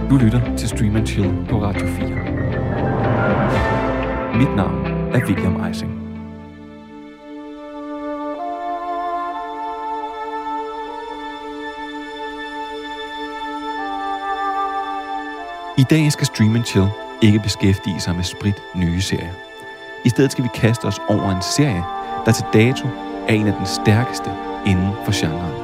Du lytter til Stream & Chill på Radio 4. Mit navn er William Eising. I dag skal Stream & Chill ikke beskæftige sig med sprit nye serier. I stedet skal vi kaste os over en serie, der til dato er en af den stærkeste inden for genren.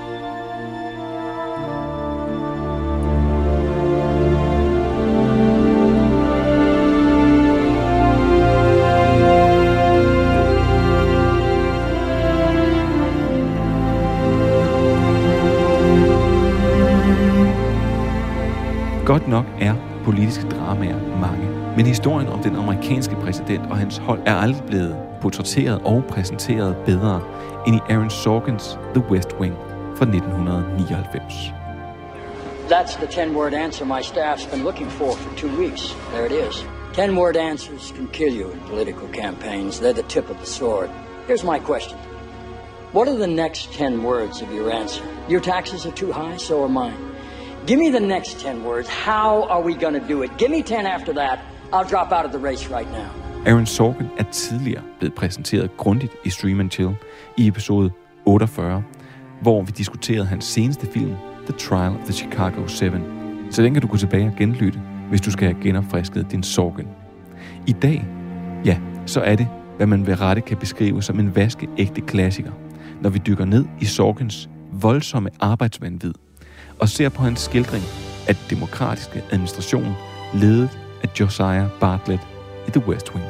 Godt nok er politiske dramaer mange, men historien om den amerikanske præsident og hans hold er aldrig blevet portrætteret og præsenteret bedre end i Aaron Sorkins The West Wing fra 1999. That's the 10-word answer my staff's been looking for 2 weeks. There it is. 10-word answers can kill you in political campaigns. They're the tip of the sword. Here's my question. What are the next 10 words of your answer? Your taxes are too high, so are mine. Give me the next 10 words. How are we going to do it? Give me 10 after that. I'll drop out of the race right now. Aaron Sorkin er tidligere blevet præsenteret grundigt i Stream & Chill i episode 48, hvor vi diskuterede hans seneste film, The Trial of the Chicago 7. Så den kan du gå tilbage og genlytte, hvis du skal have genopfrisket din Sorkin. I dag, ja, så er det, hvad man ved rette kan beskrive som en vaskeægte klassiker, når vi dykker ned i Sorkins voldsomme arbejdsvanvid og ser på hans skildring af den demokratiske administration, ledet af Josiah Bartlet i The West Wing.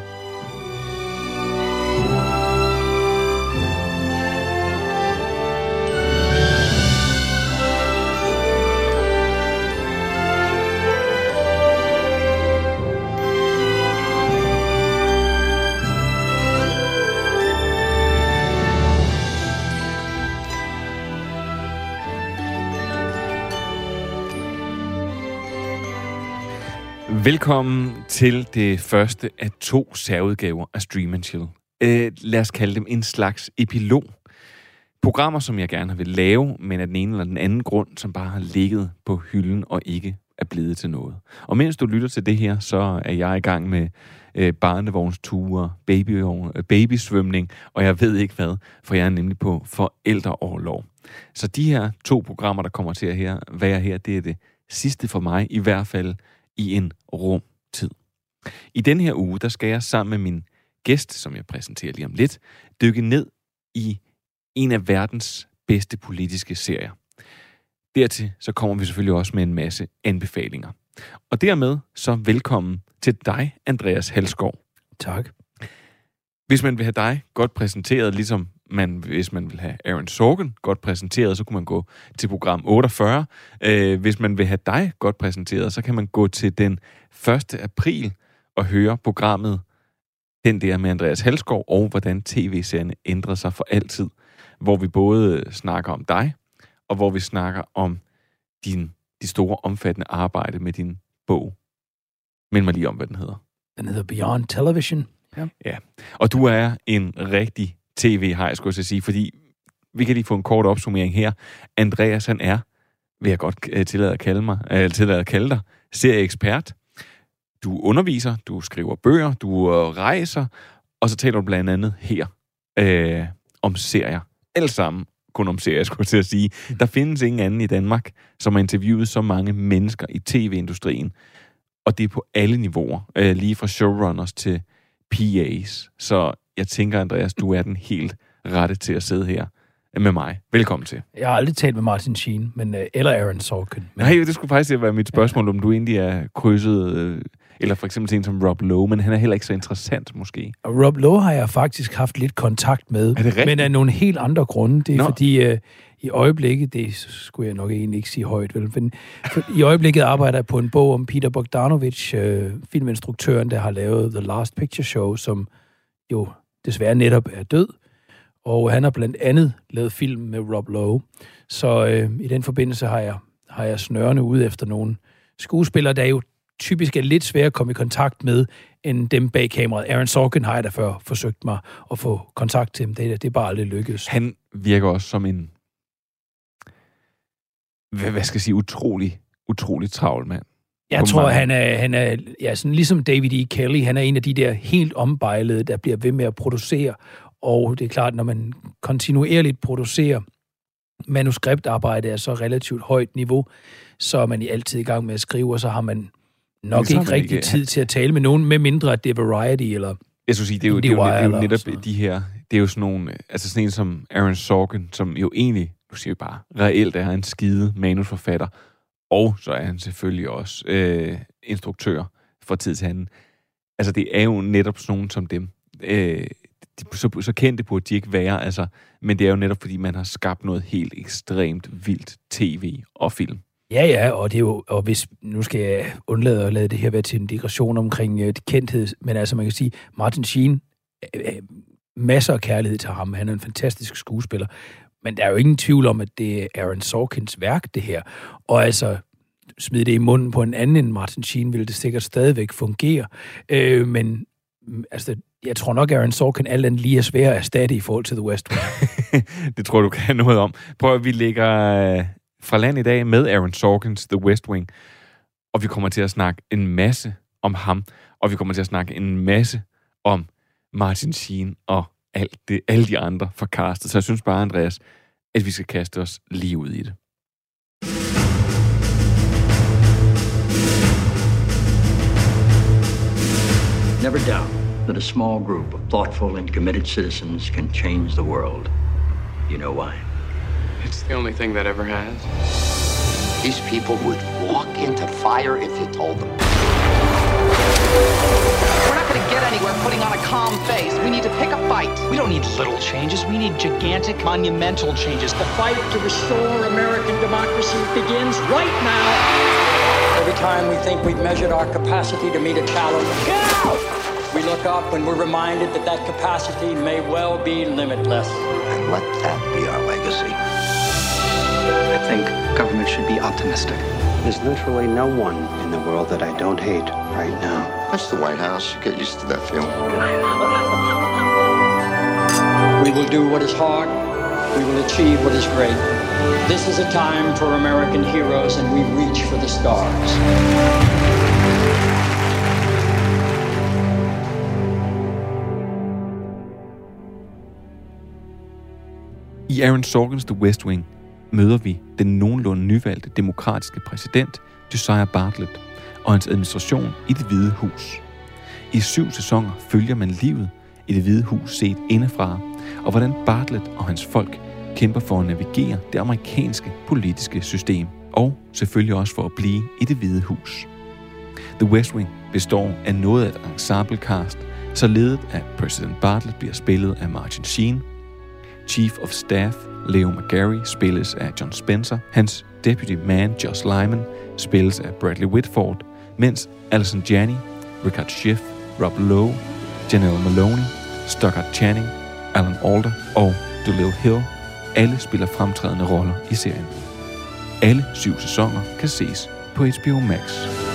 Velkommen til det første af 2 særudgaver af Stream & Chill. Lad os kalde dem en slags epilog. Programmer, som jeg gerne vil lave, men af den ene eller den anden grund, som bare har ligget på hylden og ikke er blevet til noget. Og mens du lytter til det her, så er jeg i gang med barnevognsture, babysvømning, og jeg ved ikke hvad, for jeg er nemlig på forældreorlov. Så de her 2 programmer, der kommer til at være her, det er det sidste for mig, i hvert fald i en rumtid. I den her uge, der skal jeg sammen med min gæst, som jeg præsenterer lige om lidt, dykke ned i en af verdens bedste politiske serier. Dertil så kommer vi selvfølgelig også med en masse anbefalinger. Og dermed så velkommen til dig, Andreas Halskov. Tak. Hvis man vil have dig godt præsenteret, ligesom hvis man vil have Aaron Sorkin godt præsenteret, så kunne man gå til program 48. Hvis man vil have dig godt præsenteret, så kan man gå til den 1. april og høre programmet Den der med Andreas Halskov, og hvordan tv-serierne ændrer sig for altid, hvor vi både snakker om dig, og hvor vi snakker om de store, omfattende arbejde med din bog. Mind mig lige om, hvad den hedder. Den hedder Beyond Television. Ja. Og du er en rigtig tv-hej, skulle jeg sige, fordi vi kan lige få en kort opsummering her. Andreas, han er, vil jeg godt tillade at kalde dig, serieekspert. Du underviser, du skriver bøger, du rejser, og så taler du blandt andet her om serier. Alle sammen kun om serier, skulle jeg til at sige. Der findes ingen anden i Danmark, som har interviewet så mange mennesker i tv-industrien, og det er på alle niveauer, lige fra showrunners til PA's. Så jeg tænker, Andreas, du er den helt rette til at sidde her med mig. Velkommen til. Jeg har aldrig talt med Martin Sheen, eller Aaron Sorkin. Nej, det skulle faktisk være mit spørgsmål, om du egentlig er krydset, eller for eksempel en som Rob Lowe, men han er heller ikke så interessant, måske. Og Rob Lowe har jeg faktisk haft lidt kontakt med, men af nogle helt andre grunde. Det er fordi, i øjeblikket, det skulle jeg nok egentlig ikke sige højt, vel, men i øjeblikket arbejder jeg på en bog om Peter Bogdanovich, filminstruktøren, der har lavet The Last Picture Show, som jo desværre netop er død. Og han har blandt andet lavet film med Rob Lowe. Så i den forbindelse har jeg snørende ude efter nogle skuespillere, der jo typisk er lidt svære at komme i kontakt med, end dem bag kameraet. Aaron Sorkin har jeg da før forsøgt mig at få kontakt til ham. Det er bare aldrig lykkedes. Han virker også som en, hvad skal jeg sige, utrolig travl mand. Jeg tror, han er sådan ligesom David E. Kelly, han er en af de der helt ombejlede, der bliver ved med at producere. Og det er klart, når man kontinuerligt producerer manuskriptarbejde af så relativt højt niveau, så er man altid i gang med at skrive, og så har man nok ikke rigtig tid til at tale med nogen, med mindre at det er Variety eller... Jeg skulle sige, det er jo netop de her... Det er jo sådan nogle... Altså sådan en som Aaron Sorkin, som jo egentlig, nu siger vi bare, reelt er en skide manusforfatter, og så er han selvfølgelig også instruktør fra tid til anden. Altså det er jo netop sådan nogen som dem. Så kendte burde de ikke være, altså, men det er jo netop, fordi man har skabt noget helt ekstremt vildt tv og film. Ja, og det er jo, og hvis, nu skal jeg undlade at lade det her være til en digression omkring kendthed, men altså man kan sige, Martin Sheen, masser af kærlighed til ham, han er en fantastisk skuespiller, men der er jo ingen tvivl om, at det er Aaron Sorkins værk, det her, og altså, smide det i munden på en anden end Martin Sheen, ville det sikkert stadigvæk fungere, men altså, jeg tror nok, Aaron Sorkin alt andet lige er svær at erstatte i forhold til The West Wing. Det tror du kan noget om. Prøv at vi ligger fra land i dag med Aaron Sorkins The West Wing, og vi kommer til at snakke en masse om ham, og vi kommer til at snakke en masse om Martin Sheen og alle de andre fra castet. Så jeg synes bare, Andreas, at vi skal kaste os lige ud i det. Never doubt that a small group of thoughtful and committed citizens can change the world. You know why? It's the only thing that ever has. These people would walk into fire if you told them. We're not going to get anywhere putting on a calm face. We need to pick a fight. We don't need little changes. We need gigantic, monumental changes. The fight to restore American democracy begins right now. Every time we think we've measured our capacity to meet a challenge, we look up and we're reminded that that capacity may well be limitless. And let that be our legacy. I think government should be optimistic. There's literally no one in the world that I don't hate right now. That's the White House. You get used to that feeling. We will do what is hard. We will achieve what is great. This is a time for American heroes, and we reach for the stars. I Aaron Sorkins The West Wing møder vi den nogenlunde nyvalgte demokratiske præsident, Josiah Bartlet, og hans administration i Det Hvide Hus. I 7 sæsoner følger man livet i Det Hvide Hus set indefra, og hvordan Bartlet og hans folk kæmper for at navigere det amerikanske politiske system, og selvfølgelig også for at blive i Det Hvide Hus. The West Wing består af noget af et ensemble-cast, så ledet af præsident Bartlet bliver spillet af Martin Sheen. Chief of Staff Leo McGarry spilles af John Spencer. Hans deputy man Josh Lyman spilles af Bradley Whitford, mens Allison Janney, Richard Schiff, Rob Lowe, Janelle Maloney, Stockard Channing, Alan Alda og Doolittle Hill alle spiller fremtrædende roller i serien. Alle 7 sæsoner kan ses på HBO Max.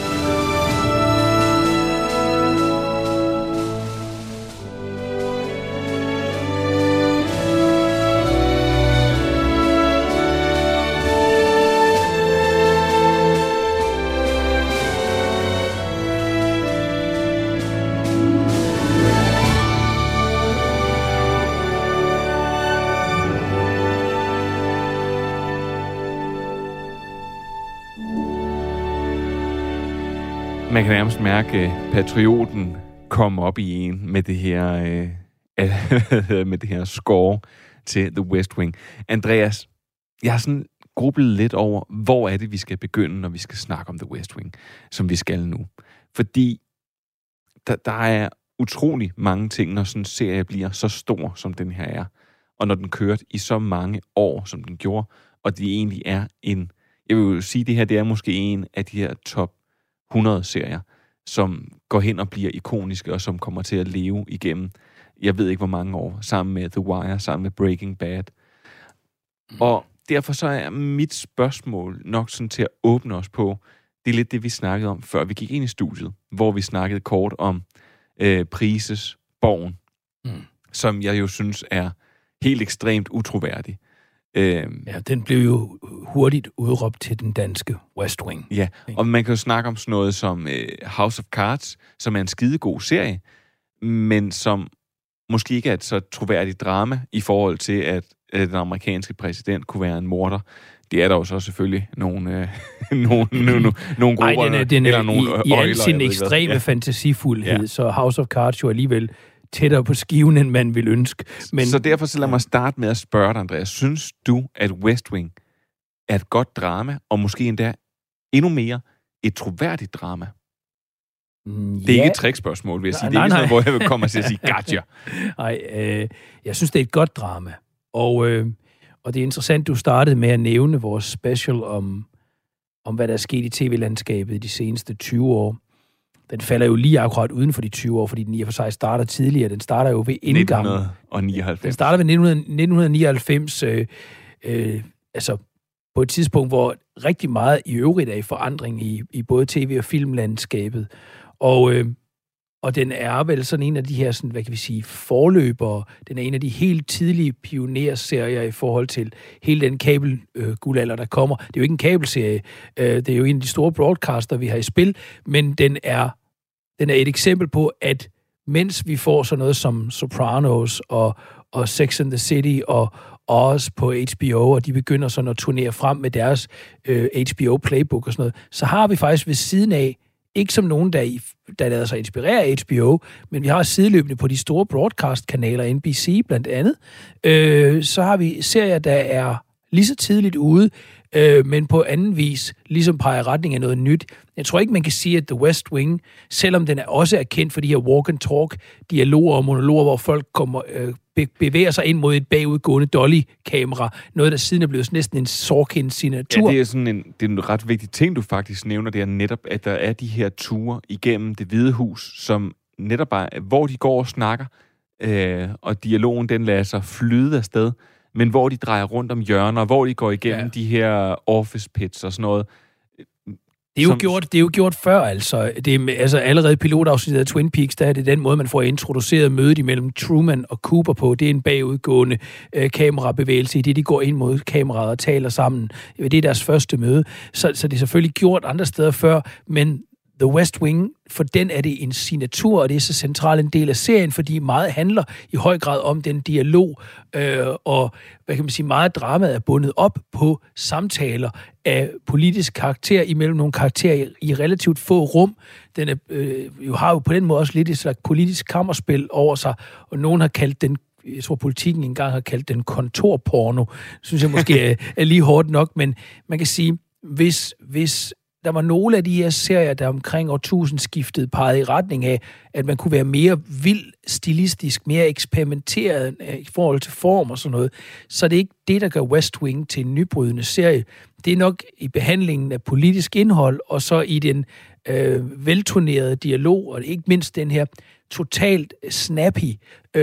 Man kan nærmest mærke patrioten komme op i en med det her med det her score til The West Wing. Andreas, jeg har sådan grublet lidt over, hvor er det, vi skal begynde, når vi skal snakke om The West Wing, som vi skal nu. Fordi der er utrolig mange ting, når sådan en serie bliver så stor, som den her er. Og når den kørte i så mange år, som den gjorde, og det egentlig er jeg vil jo sige, det her det er måske en af de her top 100 serier, som går hen og bliver ikoniske, og som kommer til at leve igennem, jeg ved ikke hvor mange år, sammen med The Wire, sammen med Breaking Bad. Og derfor så er mit spørgsmål nok sådan til at åbne os på, det er lidt det, vi snakkede om, før vi gik ind i studiet, hvor vi snakkede kort om Prices Borgen, som jeg jo synes er helt ekstremt utroværdig. Den blev jo hurtigt udråbt til den danske West Wing. Ja, og man kan jo snakke om sådan noget som House of Cards, som er en skidegod serie, men som måske ikke er et så troværdigt drama i forhold til, at den amerikanske præsident kunne være en morder. Det er der jo så selvfølgelig nogle grupper. Den er i al sin ekstreme fantasifuldhed, så House of Cards jo alligevel tættere på skiven, end man vil ønske. Men, så derfor så lad mig starte med at spørge dig, Andreas. Synes du, at West Wing er et godt drama, og måske endda endnu mere et troværdigt drama? Det er ikke et trickspørgsmål, vil jeg sige. Det er ikke sådan, hvor jeg vil komme og sige, gotcha. Nej, jeg synes, det er et godt drama. Og det er interessant, du startede med at nævne vores special om hvad der er sket i tv-landskabet i de seneste 20 år. Den falder jo lige akkurat uden for de 20 år, fordi den i og for sig starter tidligere. Den starter jo ved indgang. 1999. Den starter ved 1999, altså på et tidspunkt, hvor rigtig meget i øvrigt er i forandring i både tv- og filmlandskabet. Og den er vel sådan en af de her, sådan, hvad kan vi sige, forløbere. Den er en af de helt tidlige pionerserier i forhold til hele den kabelguldalder, der kommer. Det er jo ikke en kabelserie. Det er jo en af de store broadcaster, vi har i spil. Men den er et eksempel på, at mens vi får sådan noget som Sopranos og Sex and the City og Oz på HBO, og de begynder sådan at turnere frem med deres HBO Playbook og sådan noget, så har vi faktisk ved siden af, ikke som nogen, der lader sig inspirere af HBO, men vi har sideløbende på de store broadcast-kanaler, NBC blandt andet, så har vi serier, der er lige så tidligt ude, men på anden vis ligesom peger i retning af noget nyt. Jeg tror ikke, man kan sige, at The West Wing, selvom den også er kendt for de her walk-and-talk-dialoger og monologer, hvor folk bevæger sig ind mod et bagudgående dolly-kamera, noget, der siden er blevet næsten en Sorkin-signatur. Ja, det er en ret vigtig ting, du faktisk nævner, det er netop, at der er de her ture igennem Det Hvide Hus, som netop bare, hvor de går og snakker, og dialogen, den lader sig flyde afsted, men hvor de drejer rundt om hjørner, hvor de går igennem de her office pits og sådan noget. Det er jo gjort før, altså. Altså allerede pilotafsnittet af Twin Peaks, der er det den måde, man får introduceret mødet imellem Truman og Cooper på. Det er en bagudgående kamerabevægelse i det, de går ind mod kameraet og taler sammen. Det er deres første møde. Så det er selvfølgelig gjort andre steder før, men The West Wing, for den er det en signatur, og det er så central en del af serien, fordi meget handler i høj grad om den dialog, og hvad kan man sige, meget dramaet er bundet op på samtaler af politisk karakter imellem nogle karakterer i relativt få rum. Den er, har jo på den måde også lidt et slags politisk kammerspil over sig, og nogen har kaldt den, jeg tror politikken engang har kaldt den kontorporno, synes jeg måske er lige hårdt nok, men man kan sige, hvis der var nogle af de her serier, der omkring årtusindskiftet pegede i retning af, at man kunne være mere vild, stilistisk, mere eksperimenteret i forhold til form og sådan noget, så det er ikke det, der gør West Wing til en nybrydende serie. Det er nok i behandlingen af politisk indhold, og så i den velturnerede dialog, og ikke mindst den her totalt snappy,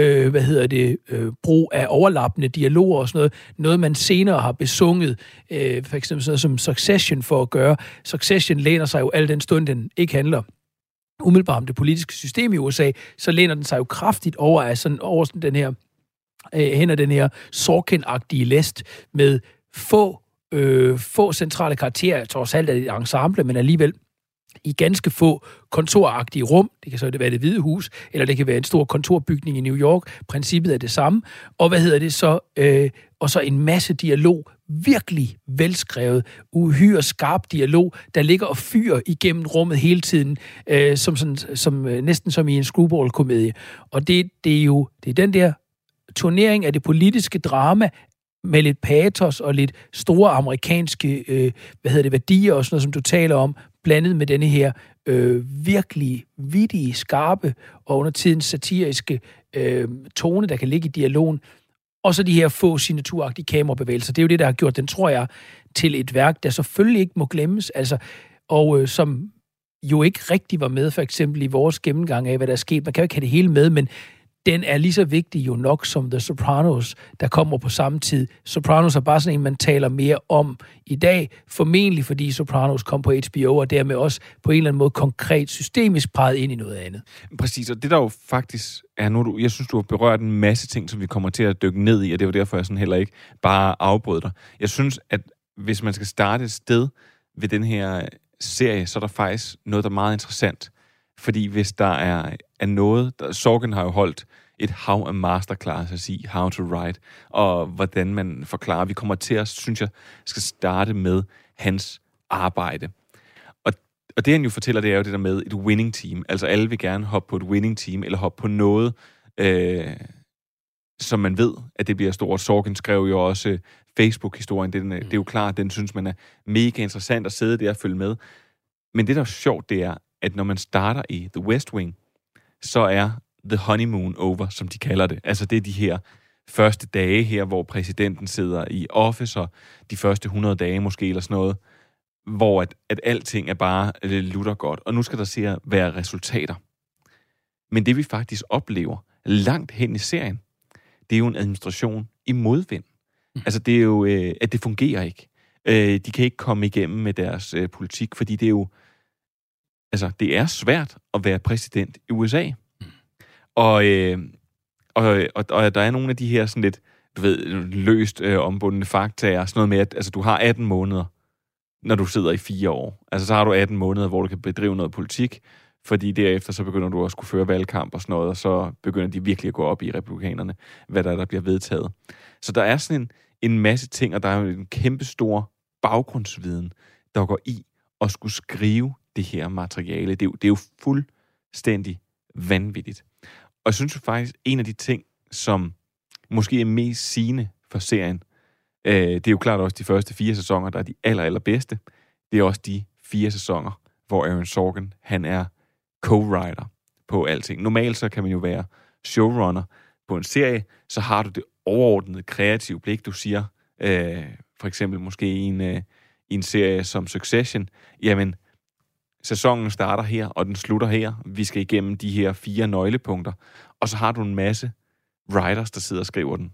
brug af overlappende dialoger og sådan noget. Noget, man senere har besunget, for eksempel sådan som Succession for at gøre. Succession læner sig jo al den stund, den ikke handler umiddelbart om det politiske system i USA, så læner den sig jo kraftigt over sådan den her, hen ad den her Sorkin-agtige læst med få centrale karakterer. Trods alt er det et ensemble, men alligevel i ganske få kontoragtige rum. Det kan så være Det Hvide Hus, eller det kan være en stor kontorbygning i New York. Princippet er det samme. Og og så en masse dialog. Virkelig velskrevet, uhyre skarp dialog, der ligger og fyrer igennem rummet hele tiden, næsten som i en screwball-komedie. Og det er den der turnering af det politiske drama, med lidt patos og lidt store amerikanske værdier og sådan noget, som du taler om, blandet med denne her virkelig vittige, skarpe og under tiden satiriske tone, der kan ligge i dialogen. Og så de her få signaturagtige kamerabevægelser. Det er jo det, der har gjort den, tror jeg, til et værk, der selvfølgelig ikke må glemmes. Altså, og som jo ikke rigtig var med, for eksempel i vores gennemgang af, hvad der er sket. Man kan jo ikke have det hele med, men den er lige så vigtig jo nok som The Sopranos, der kommer på samme tid. Sopranos er bare sådan en, man taler mere om i dag, formentlig fordi Sopranos kom på HBO, og dermed også på en eller anden måde konkret systemisk peget ind i noget andet. Præcis, og det der jo faktisk er nu, jeg synes, du har berørt en masse ting, som vi kommer til at dykke ned i, og det er jo derfor, jeg sådan heller ikke bare afbryder dig. Jeg synes, at hvis man skal starte et sted ved den her serie, så er der faktisk noget, der er meget interessant. Fordi hvis der er noget... Sorkin har jo holdt et hav af masterclasses i how to write, og hvordan man forklarer. Vi kommer til at, synes jeg, skal starte med hans arbejde. Og det, han jo fortæller, det er jo det der med et winning team. Altså alle vil gerne hoppe på et winning team, eller hoppe på noget, som man ved, at det bliver stort. Sorkin skrev jo også Facebook-historien. Det er jo klart, den synes man er mega interessant at sidde der og følge med. Men det, der er sjovt, det er, at når man starter i The West Wing, så er the honeymoon over, som de kalder det. Altså det er de her første dage her, hvor præsidenten sidder i office, og de første 100 dage måske, eller sådan noget, hvor at alting er bare lutter godt. Og nu skal der være resultater. Men det vi faktisk oplever langt hen i serien, det er jo en administration i modvind. Altså det er jo, at det fungerer ikke. De kan ikke komme igennem med deres politik, fordi det er jo, altså det er svært at være præsident i USA. Og der er nogle af de her sådan lidt, du ved, løst ombundne faktaer, sådan noget med, at altså, du har 18 måneder, når du sidder i 4 år. Altså så har du 18 måneder, hvor du kan bedrive noget politik, fordi derefter så begynder du også at skulle føre valgkamp og sådan noget, og så begynder de virkelig at gå op i republikanerne, hvad der bliver vedtaget. Så der er sådan en masse ting, og der er jo en kæmpe stor baggrundsviden, der går i at skulle skrive det her materiale. Det er jo fuldstændig vanvittigt. Og jeg synes jo faktisk, en af de ting, som måske er mest sigende for serien, det er jo klart også de første 4 sæsoner, der er de allerbedste. Det er også de 4 sæsoner, hvor Aaron Sorkin, han er co-writer på alting. Normalt så kan man jo være showrunner på en serie, så har du det overordnede kreative blik. Du siger, for eksempel måske i en serie som Succession, jamen, sæsonen starter her, og den slutter her. Vi skal igennem de her 4 nøglepunkter. Og så har du en masse writers, der sidder og skriver den.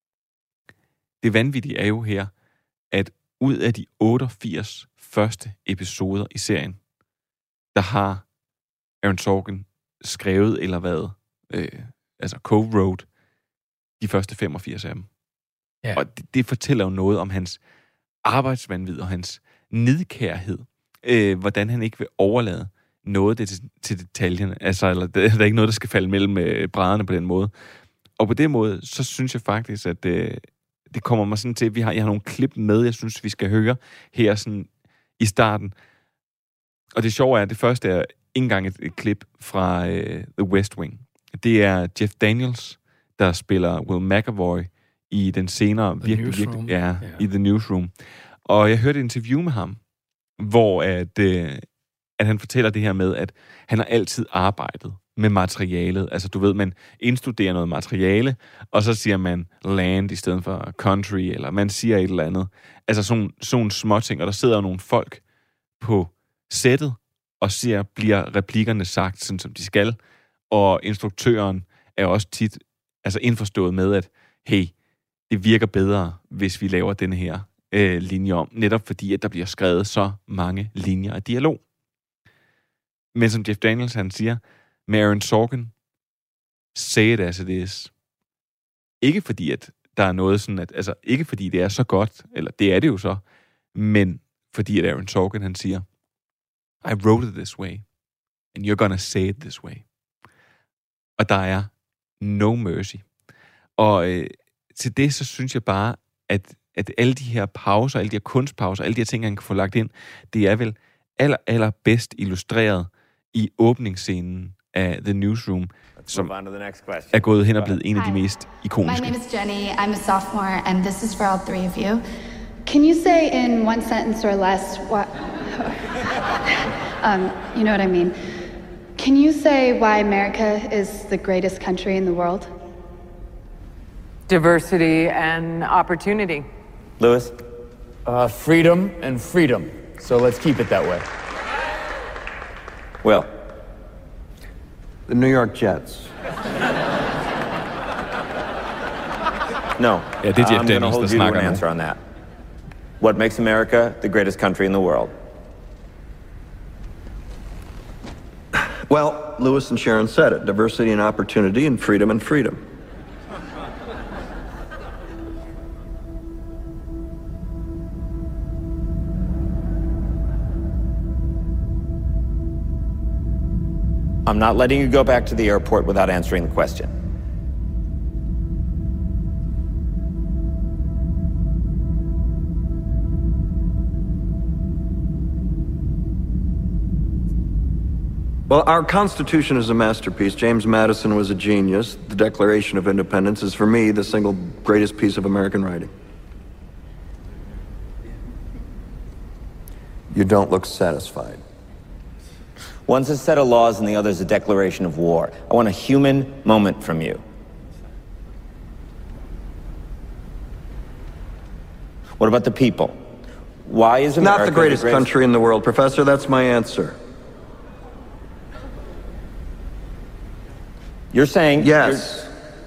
Det vanvittige er jo her, at ud af de 88 første episoder i serien, der har Aaron Sorkin skrevet eller været, altså co-wrote de første 85 af dem. Ja. Og det fortæller jo noget om hans arbejdsvanvid og hans nidkærhed. Hvordan han ikke vil overlade noget til detaljerne. Altså, eller, der er ikke noget, der skal falde mellem brædderne på den måde. Og på den måde, så synes jeg faktisk, at det kommer mig sådan til, at jeg har nogle klip med, jeg synes, vi skal høre her sådan i starten. Og det sjove er, at det første er ikke engang et klip fra The West Wing. Det er Jeff Daniels, der spiller Will McAvoy i den senere i The Newsroom. Og jeg hørte et interview med ham, hvor at han fortæller det her med, at han har altid arbejdet med materialet. Altså, du ved, man indstuderer noget materiale, og så siger man land i stedet for country, eller man siger et eller andet. Altså, sådan små ting, og der sidder nogle folk på sættet, og bliver replikkerne sagt, sådan som de skal, og instruktøren er også tit indforstået med, at hey, det virker bedre, hvis vi laver den her linje om, netop fordi, at der bliver skrevet så mange linjer af dialog. Men som Jeff Daniels, han siger, med Aaron Sorkin, say it as it is. Ikke fordi, at der er noget sådan, at, altså ikke fordi det er så godt, eller det er det jo så, men fordi, at Aaron Sorkin, han siger, I wrote it this way, and you're gonna say it this way. Og der er no mercy. Og til det, så synes jeg bare, at alle de her pauser, alle de her kunstpauser, alle de her ting, han kan få lagt ind, det er vel allerbedst illustreret i åbningsscenen af The Newsroom, som er gået hen og blevet en af de mest ikoniske. My name is Jenny. I'm a sophomore, and this is for all 3 of you. Can you say in 1 sentence or less what... you know what I mean. Can you say why America is the greatest country in the world? Diversity and opportunity. Lewis? Freedom and freedom. So let's keep it that way. Well, the New York Jets. No. Ja, det er Jeff Daniels, der snakker nu. Answer on that. What makes America the greatest country in the world? Well, Lewis and Sharon said it. Diversity and opportunity and freedom and freedom. I'm not letting you go back to the airport without answering the question. Well, our Constitution is a masterpiece. James Madison was a genius. The Declaration of Independence is, for me, the single greatest piece of American writing. You don't look satisfied. One's a set of laws and the other's a declaration of war. I want a human moment from you. What about the people? Why is America not the greatest country in the world, Professor? That's my answer. You're saying... Yes.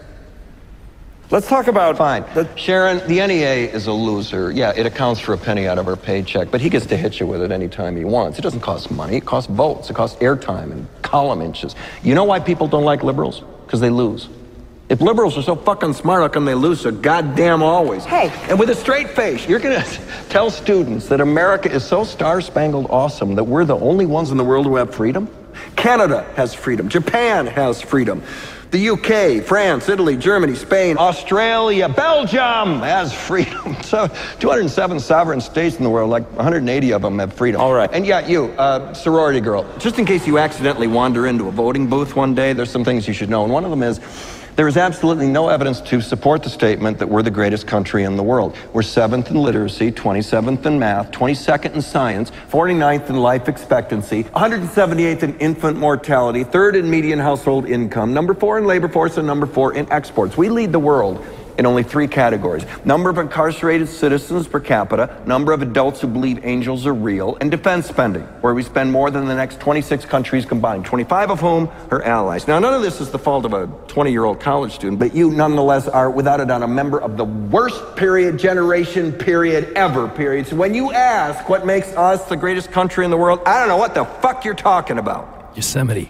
Let's talk about... Fine. Sharon, the NEA is a loser. Yeah, it accounts for a penny out of her paycheck, but he gets to hit you with it anytime he wants. It doesn't cost money. It costs votes. It costs airtime and column inches. You know why people don't like liberals? Because they lose. If liberals are so fucking smart, how come they lose so goddamn always? Hey. And with a straight face, you're going to tell students that America is so star-spangled awesome that we're the only ones in the world who have freedom? Canada has freedom. Japan has freedom. The UK, France, Italy, Germany, Spain, Australia, Belgium has freedom. So 207 sovereign states in the world, like 180 of them have freedom. All right. And yeah, you, sorority girl, just in case you accidentally wander into a voting booth one day, there's some things you should know. And one of them is, there is absolutely no evidence to support the statement that we're the greatest country in the world. We're 7th in literacy, 27th in math, 22nd in science, 49th in life expectancy, 178th in infant mortality, 3rd in median household income, number 4 in labor force, and number 4 in exports. We lead the world in only 3 categories: number of incarcerated citizens per capita, number of adults who believe angels are real, and defense spending, where we spend more than the next 26 countries combined, 25 of whom are allies. Now, none of this is the fault of a 20-year-old college student, but you nonetheless are, without a doubt, a member of the worst generation ever. So when you ask what makes us the greatest country in the world, I don't know what the fuck you're talking about. Yosemite.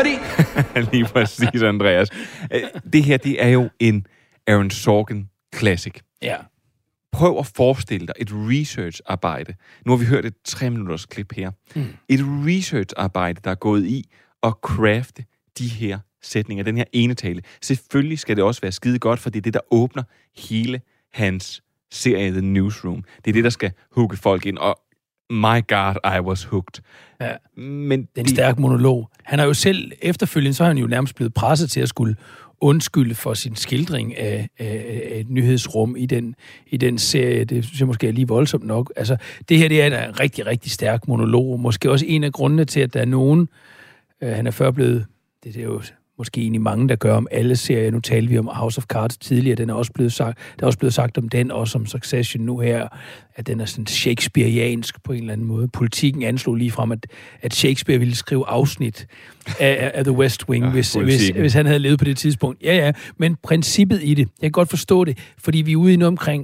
Lige præcis, Andreas. Det her, det er jo en Aaron Sorkin Classic. Ja. Prøv at forestille dig et research-arbejde. Nu har vi hørt et 3-minutters klip her. Et research-arbejde, der er gået i at crafte de her sætninger, den her enetale. Selvfølgelig skal det også være skide godt, for det er det, der åbner hele hans serie The Newsroom. Det er det, der skal hooke folk ind, og my God, I was hooked. Ja. Men den stærk monolog. Han har jo selv efterfølgende, så har han jo nærmest blevet presset til at skulle undskylde for sin skildring af et nyhedsrum i den serie. Det synes jeg måske er lige voldsomt nok. Altså, det her, det er en rigtig, rigtig stærk monolog. Måske også en af grundene til, at der er nogen, han er før blevet, det er jo måske egentlig mange, der gør om alle serier. Nu talte vi om House of Cards tidligere, der er også blevet sagt om den, også om Succession nu her, at den er sådan shakespeariansk på en eller anden måde. Politikken anslog lige frem, at Shakespeare ville skrive afsnit af The West Wing, hvis han havde levet på det tidspunkt. Ja, men princippet i det, jeg kan godt forstå det, fordi vi er ude i noget omkring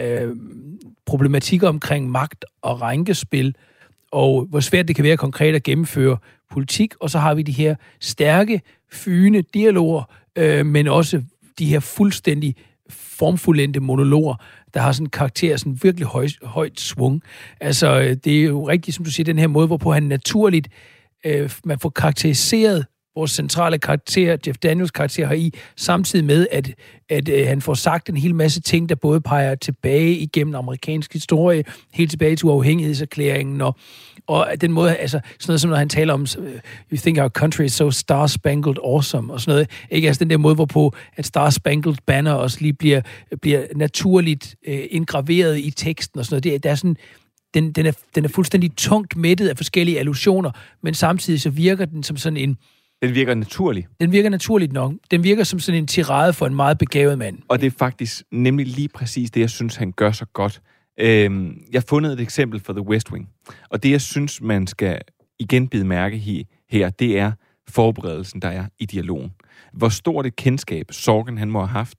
problematikker omkring magt og rænkespil, og hvor svært det kan være konkret at gennemføre politik, og så har vi de her stærke, fygende dialoger, men også de her fuldstændig formfuldendte monologer, der har sådan en karakter, sådan virkelig højt svung. Altså, det er jo rigtigt, som du siger, den her måde, hvorpå han naturligt, man får karakteriseret vores centrale karakter, Jeff Daniels karakter heri, samtidig med, at han får sagt en hel masse ting, der både peger tilbage igennem amerikansk historie, helt tilbage til uafhængighedserklæringen, og den måde, altså sådan noget som når han taler om, you think our country is so star-spangled awesome, og sådan noget, ikke? Altså den der måde, hvorpå at star-spangled banner også lige bliver naturligt indgraveret i teksten, og sådan noget. Der er sådan, den er fuldstændig tungt mættet af forskellige allusioner, men samtidig så virker den som sådan en... Den virker naturlig. Den virker naturligt nok. Den virker som sådan en tirade for en meget begavet mand. Og det er faktisk nemlig lige præcis det, jeg synes, han gør så godt. Jeg har fundet et eksempel for The West Wing. Og det, jeg synes, man skal igen bide mærke her, det er forberedelsen, der er i dialogen. Hvor stort et kendskab Sorkin han må have haft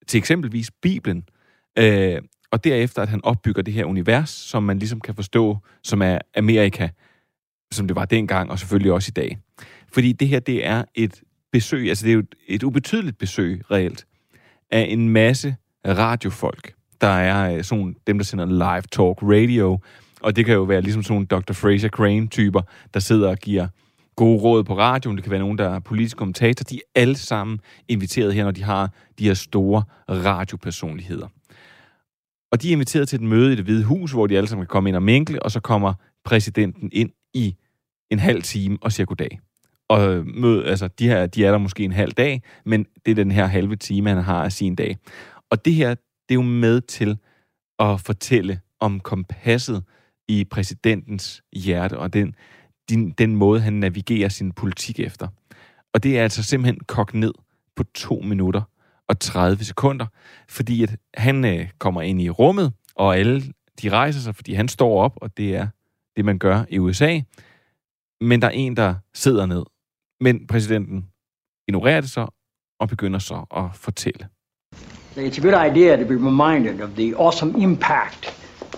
til eksempelvis Bibelen, og derefter, at han opbygger det her univers, som man ligesom kan forstå, som er Amerika, som det var dengang, og selvfølgelig også i dag. Fordi det her, det er et besøg, altså det er jo et ubetydeligt besøg, reelt, af en masse radiofolk. Der er sådan dem, der sender live talk radio, og det kan jo være ligesom sådan Dr. Fraser Crane-typer, der sidder og giver gode råd på radioen. Det kan være nogen, der er politiske kommentatorer. De er alle sammen inviteret her, når de har de her store radiopersonligheder. Og de er inviteret til et møde i Det Hvide Hus, hvor de alle sammen kan komme ind og minkle, og så kommer præsidenten ind i en halv time og siger goddag. Og de er der måske en halv dag, men det er den her halve time, han har af sin dag. Og det her, det er jo med til at fortælle om kompasset i præsidentens hjerte, og den måde, han navigerer sin politik efter. Og det er altså simpelthen kogt ned på 2 minutter og 30 sekunder, fordi at han kommer ind i rummet, og alle de rejser sig, fordi han står op, og det er det, man gør i USA. Men der er en, der sidder ned. Men præsidenten ignorerer det så, og begynder så at fortælle. It's a good idea to be reminded of the awesome impact.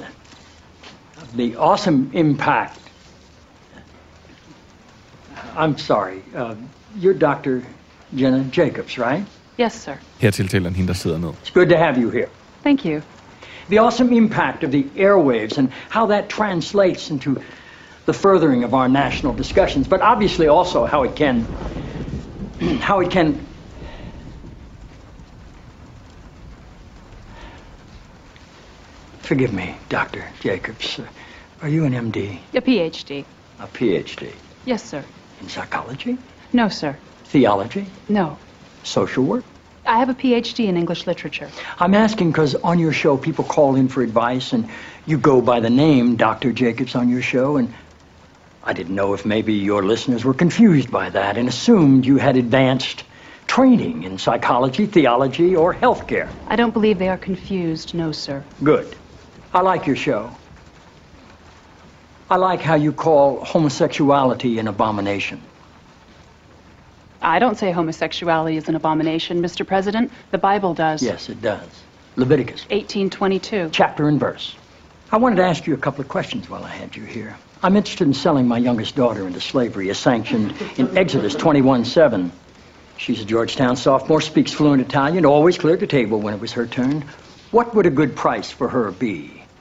I'm sorry. You're Dr. Jenna Jacobs, right? Yes, sir. Her tiltaler hende, der sidder ned. It's good to have you here. Thank you. The awesome impact of the airwaves and how that translates into the furthering of our national discussions, but obviously also how it can Forgive me, Dr. Jacobs. Are you an MD? A PhD. A PhD? Yes, sir. In psychology? No, sir. Theology? No. Social work? I have a PhD in English literature. I'm asking because on your show people call in for advice and you go by the name Dr. Jacobs on your show, and I didn't know if maybe your listeners were confused by that and assumed you had advanced training in psychology, theology, or healthcare. I don't believe they are confused, no, sir. Good. I like your show. I like how you call homosexuality an abomination. I don't say homosexuality is an abomination, Mr. President. The Bible does. Yes, it does. Leviticus 18:22. Chapter and verse. I wanted to ask you a couple of questions while I had you here. I'm interested in selling my youngest daughter into slavery as sanctioned in Exodus 21:7. She's a Georgetown sophomore, speaks fluent Italian, always cleared the table when it was her turn. What would a good price for her be?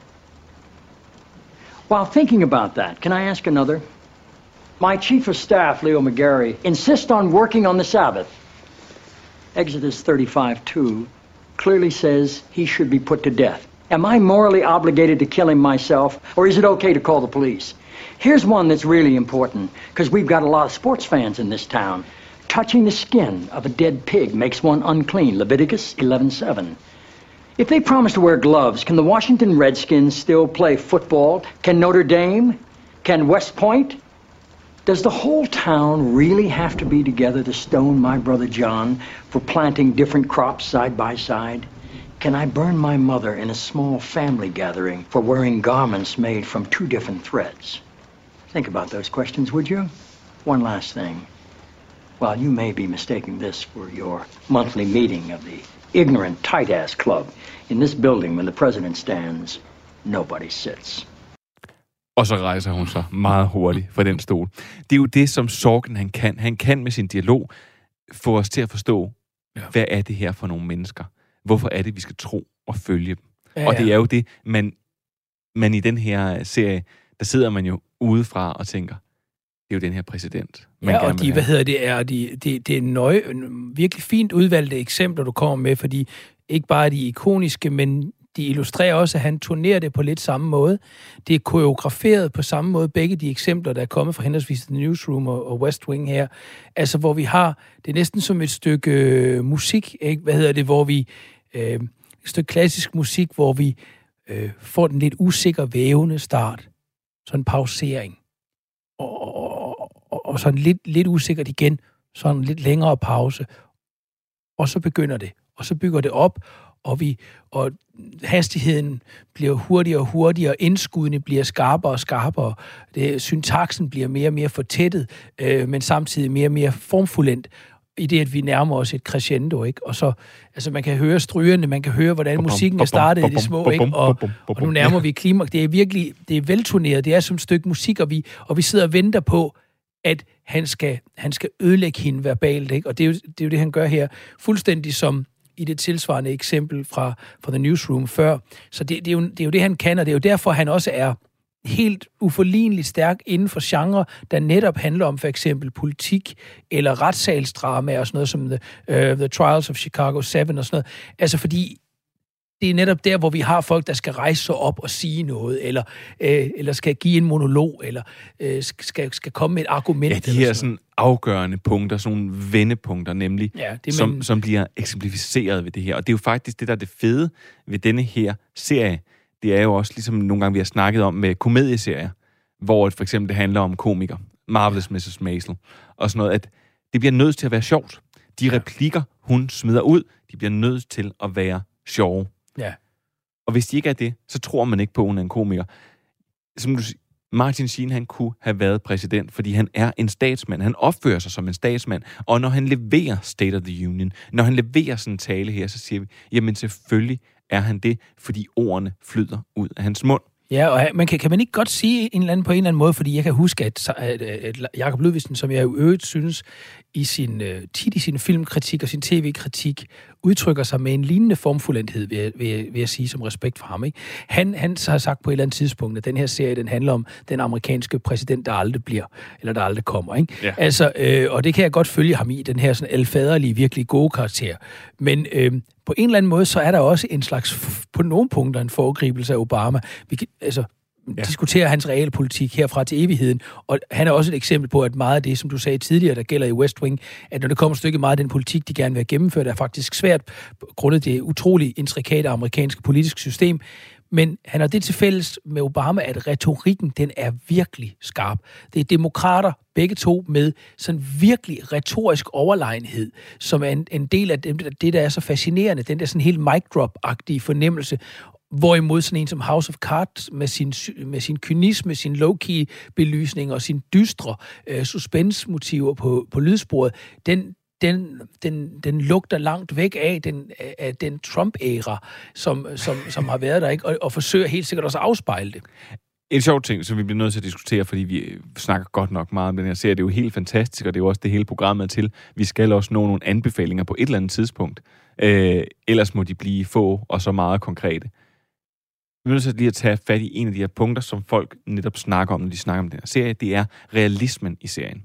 While thinking about that, can I ask another? My chief of staff, Leo McGarry, insists on working on the Sabbath. Exodus 35:2 clearly says he should be put to death. Am I morally obligated to kill him myself, or is it okay to call the police? Here's one that's really important, because we've got a lot of sports fans in this town. Touching the skin of a dead pig makes one unclean, Leviticus 11:7. If they promise to wear gloves, can the Washington Redskins still play football? Can Notre Dame? Can West Point? Does the whole town really have to be together to stone my brother John for planting different crops side by side? Can I burn my mother in a small family gathering for wearing garments made from 2 different threads? Think about those questions, would you? One last thing. While you may be mistaking this for your monthly meeting of the ignorant tight-ass club, in this building when the president stands, nobody sits. Og så rejser hun sig meget hurtigt fra den stol. Det er jo det, som Sorkin han kan. Han kan med sin dialog få os til at forstå, hvad er det her for nogle mennesker? Hvorfor er det, vi skal tro og følge dem? Ja. Og det er jo det, man i den her serie, der sidder man jo udefra og tænker, det er jo den her præsident. Ja, og det er virkelig fint udvalgte eksempler, du kommer med, fordi ikke bare de ikoniske, men de illustrerer også, at han turnerer det på lidt samme måde. Det er koreograferet på samme måde, begge de eksempler, der er kommet fra henholdsvis The Newsroom og West Wing her. Altså, hvor vi har, det er næsten som et stykke musik, ikke? Hvor vi, et stykke klassisk musik, hvor vi får den lidt usikker vævende start. Sådan en pausering. Og sådan lidt usikkert igen. Sådan en lidt længere pause. Og så begynder det. Og så bygger det op, og hastigheden bliver hurtigere og hurtigere, indskuddene bliver skarpere og skarpere, syntaksen bliver mere og mere fortættet, men samtidig mere og mere formfuldendt. i det, at vi nærmer os et crescendo, ikke? Og så, altså man kan høre strygerne, man kan høre, hvordan musikken er startet i det små, ikke? Og nu nærmer vi klimaks. Det er virkelig, det er velturneret, det er som et stykke musik, og vi sidder og venter på, at han skal ødelægge hende verbalt, ikke? Og det er jo det, han gør her, fuldstændig som i det tilsvarende eksempel fra The Newsroom før. Så det er jo det, han kan, og det er jo derfor, han også er helt uforligneligt stærk inden for genre, der netop handler om for eksempel politik eller retssalsdrama og sådan noget som The Trials of Chicago 7 og sådan noget. Altså fordi det er netop der, hvor vi har folk, der skal rejse sig op og sige noget, eller skal give en monolog, eller skal komme med et argument. Ja, de her sådan afgørende punkter, sådan nogle vendepunkter nemlig, som bliver eksemplificeret ved det her. Og det er jo faktisk det, der er det fede ved denne her serie. Det er jo også ligesom nogle gange, vi har snakket om med komedieserier, hvor for eksempel det handler om komikere, Marvelous Mrs. Maisel, og sådan noget, at det bliver nødt til at være sjovt. De replikker, hun smider ud, de bliver nødt til at være sjove. Ja. Og hvis de ikke er det, så tror man ikke på, at hun er en komiker. Som du siger, Martin Sheen, han kunne have været præsident, fordi han er en statsmand. Han opfører sig som en statsmand. Og når han leverer State of the Union, når han leverer sådan en tale her, så siger vi, jamen selvfølgelig er han det, fordi ordene flyder ud af hans mund. Ja, og kan man ikke godt sige på en eller anden måde, fordi jeg kan huske, at Jakob Ludvigsen, som jeg jo øvrigt synes, tit i sin filmkritik og sin tv-kritik, udtrykker sig med en lignende formfuldendthed, vil jeg sige, som respekt for ham. Ikke? Han har sagt på et eller andet tidspunkt, at den her serie, den handler om den amerikanske præsident, der aldrig bliver, eller der aldrig kommer. Ikke? Ja. Altså, og det kan jeg godt følge ham i, den her sådan alfaderlige, virkelig gode karakter. Men på en eller anden måde, så er der også en slags, på nogle punkter, en foregribelse af Obama. Vi kan, diskutere hans realpolitik herfra til evigheden, og han er også et eksempel på, at meget af det, som du sagde tidligere, der gælder i West Wing, at når det kommer et stykke meget af den politik, de gerne vil have gennemført, er faktisk svært, grundet det utrolig intrikate amerikanske politiske system. Men han har det til fælles med Obama, at retorikken, den er virkelig skarp. Det er demokrater, begge to, med sådan virkelig retorisk overlegenhed, som er en del af det, der er så fascinerende, den der sådan helt mic drop-agtige fornemmelse. Hvorimod sådan en som House of Cards med sin kynisme, sin low-key belysning og sin dystre suspense-motiver på lydsporet, den lugter langt væk af den Trump-æra, som har været der, ikke? Og forsøger helt sikkert også at afspejle det. En sjov ting, som vi bliver nødt til at diskutere, fordi vi snakker godt nok meget om den her serie, det er jo helt fantastisk, og det er jo også det hele programmet til. Vi skal også nå nogle anbefalinger på et eller andet tidspunkt. Ellers må de blive få og så meget konkrete. Vi er nødt til lige at tage fat i en af de her punkter, som folk netop snakker om, når de snakker om den her serie. Det er realismen i serien.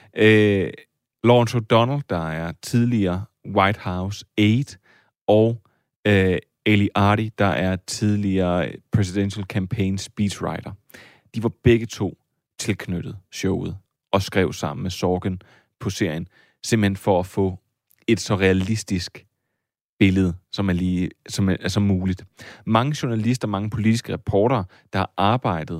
Lawrence O'Donnell, der er tidligere White House aide, og Ali Ardi, der er tidligere Presidential Campaign speechwriter. De var begge to tilknyttet showet og skrev sammen med Sorkin på serien, simpelthen for at få et så realistisk billede, som er muligt. Mange journalister, mange politiske reportere, der har arbejdet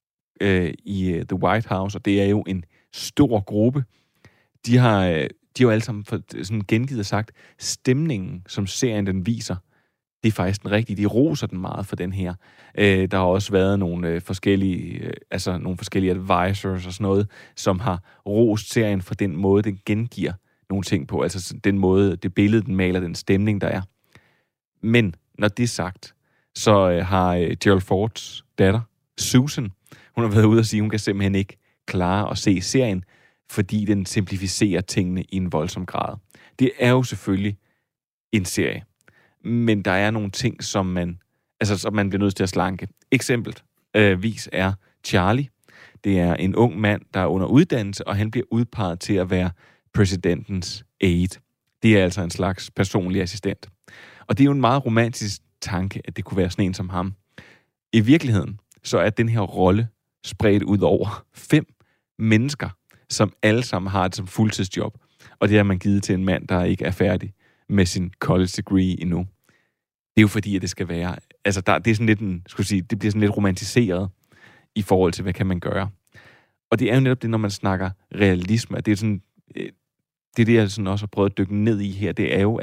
i The White House, og det er jo en stor gruppe, de har jo alle sammen sådan gengivet og sagt, stemningen, som serien den viser, det er faktisk den rigtige. De roser den meget for den her. Der har også været nogle forskellige advisors og sådan noget, som har rost serien for den måde, den gengiver nogle ting på. Altså den måde, det billede, den maler, den stemning, der er. Men når det er sagt, så har Gerald Fords datter, Susan, hun har været ude og sige, hun kan simpelthen ikke klare at se serien, fordi den simplificerer tingene i en voldsom grad. Det er jo selvfølgelig en serie, men der er nogle ting, som man bliver nødt til at slanke. Eksempelvis er Charlie. Det er en ung mand, der er under uddannelse, og han bliver udpeget til at være præsidentens aide. Det er altså en slags personlig assistent. Og det er jo en meget romantisk tanke, at det kunne være sådan en som ham. I virkeligheden, så er den her rolle spredt ud over 5 mennesker, som alle sammen har det som fuldtidsjob. Og det har man givet til en mand, der ikke er færdig med sin college degree endnu. Det er jo fordi, at det skal være... Altså, det er sådan lidt det bliver sådan lidt romantiseret i forhold til, hvad kan man gøre. Og det er jo netop det, når man snakker realisme. Det er sådan... Det jeg sådan også har prøvet at dykke ned i her, det er jo,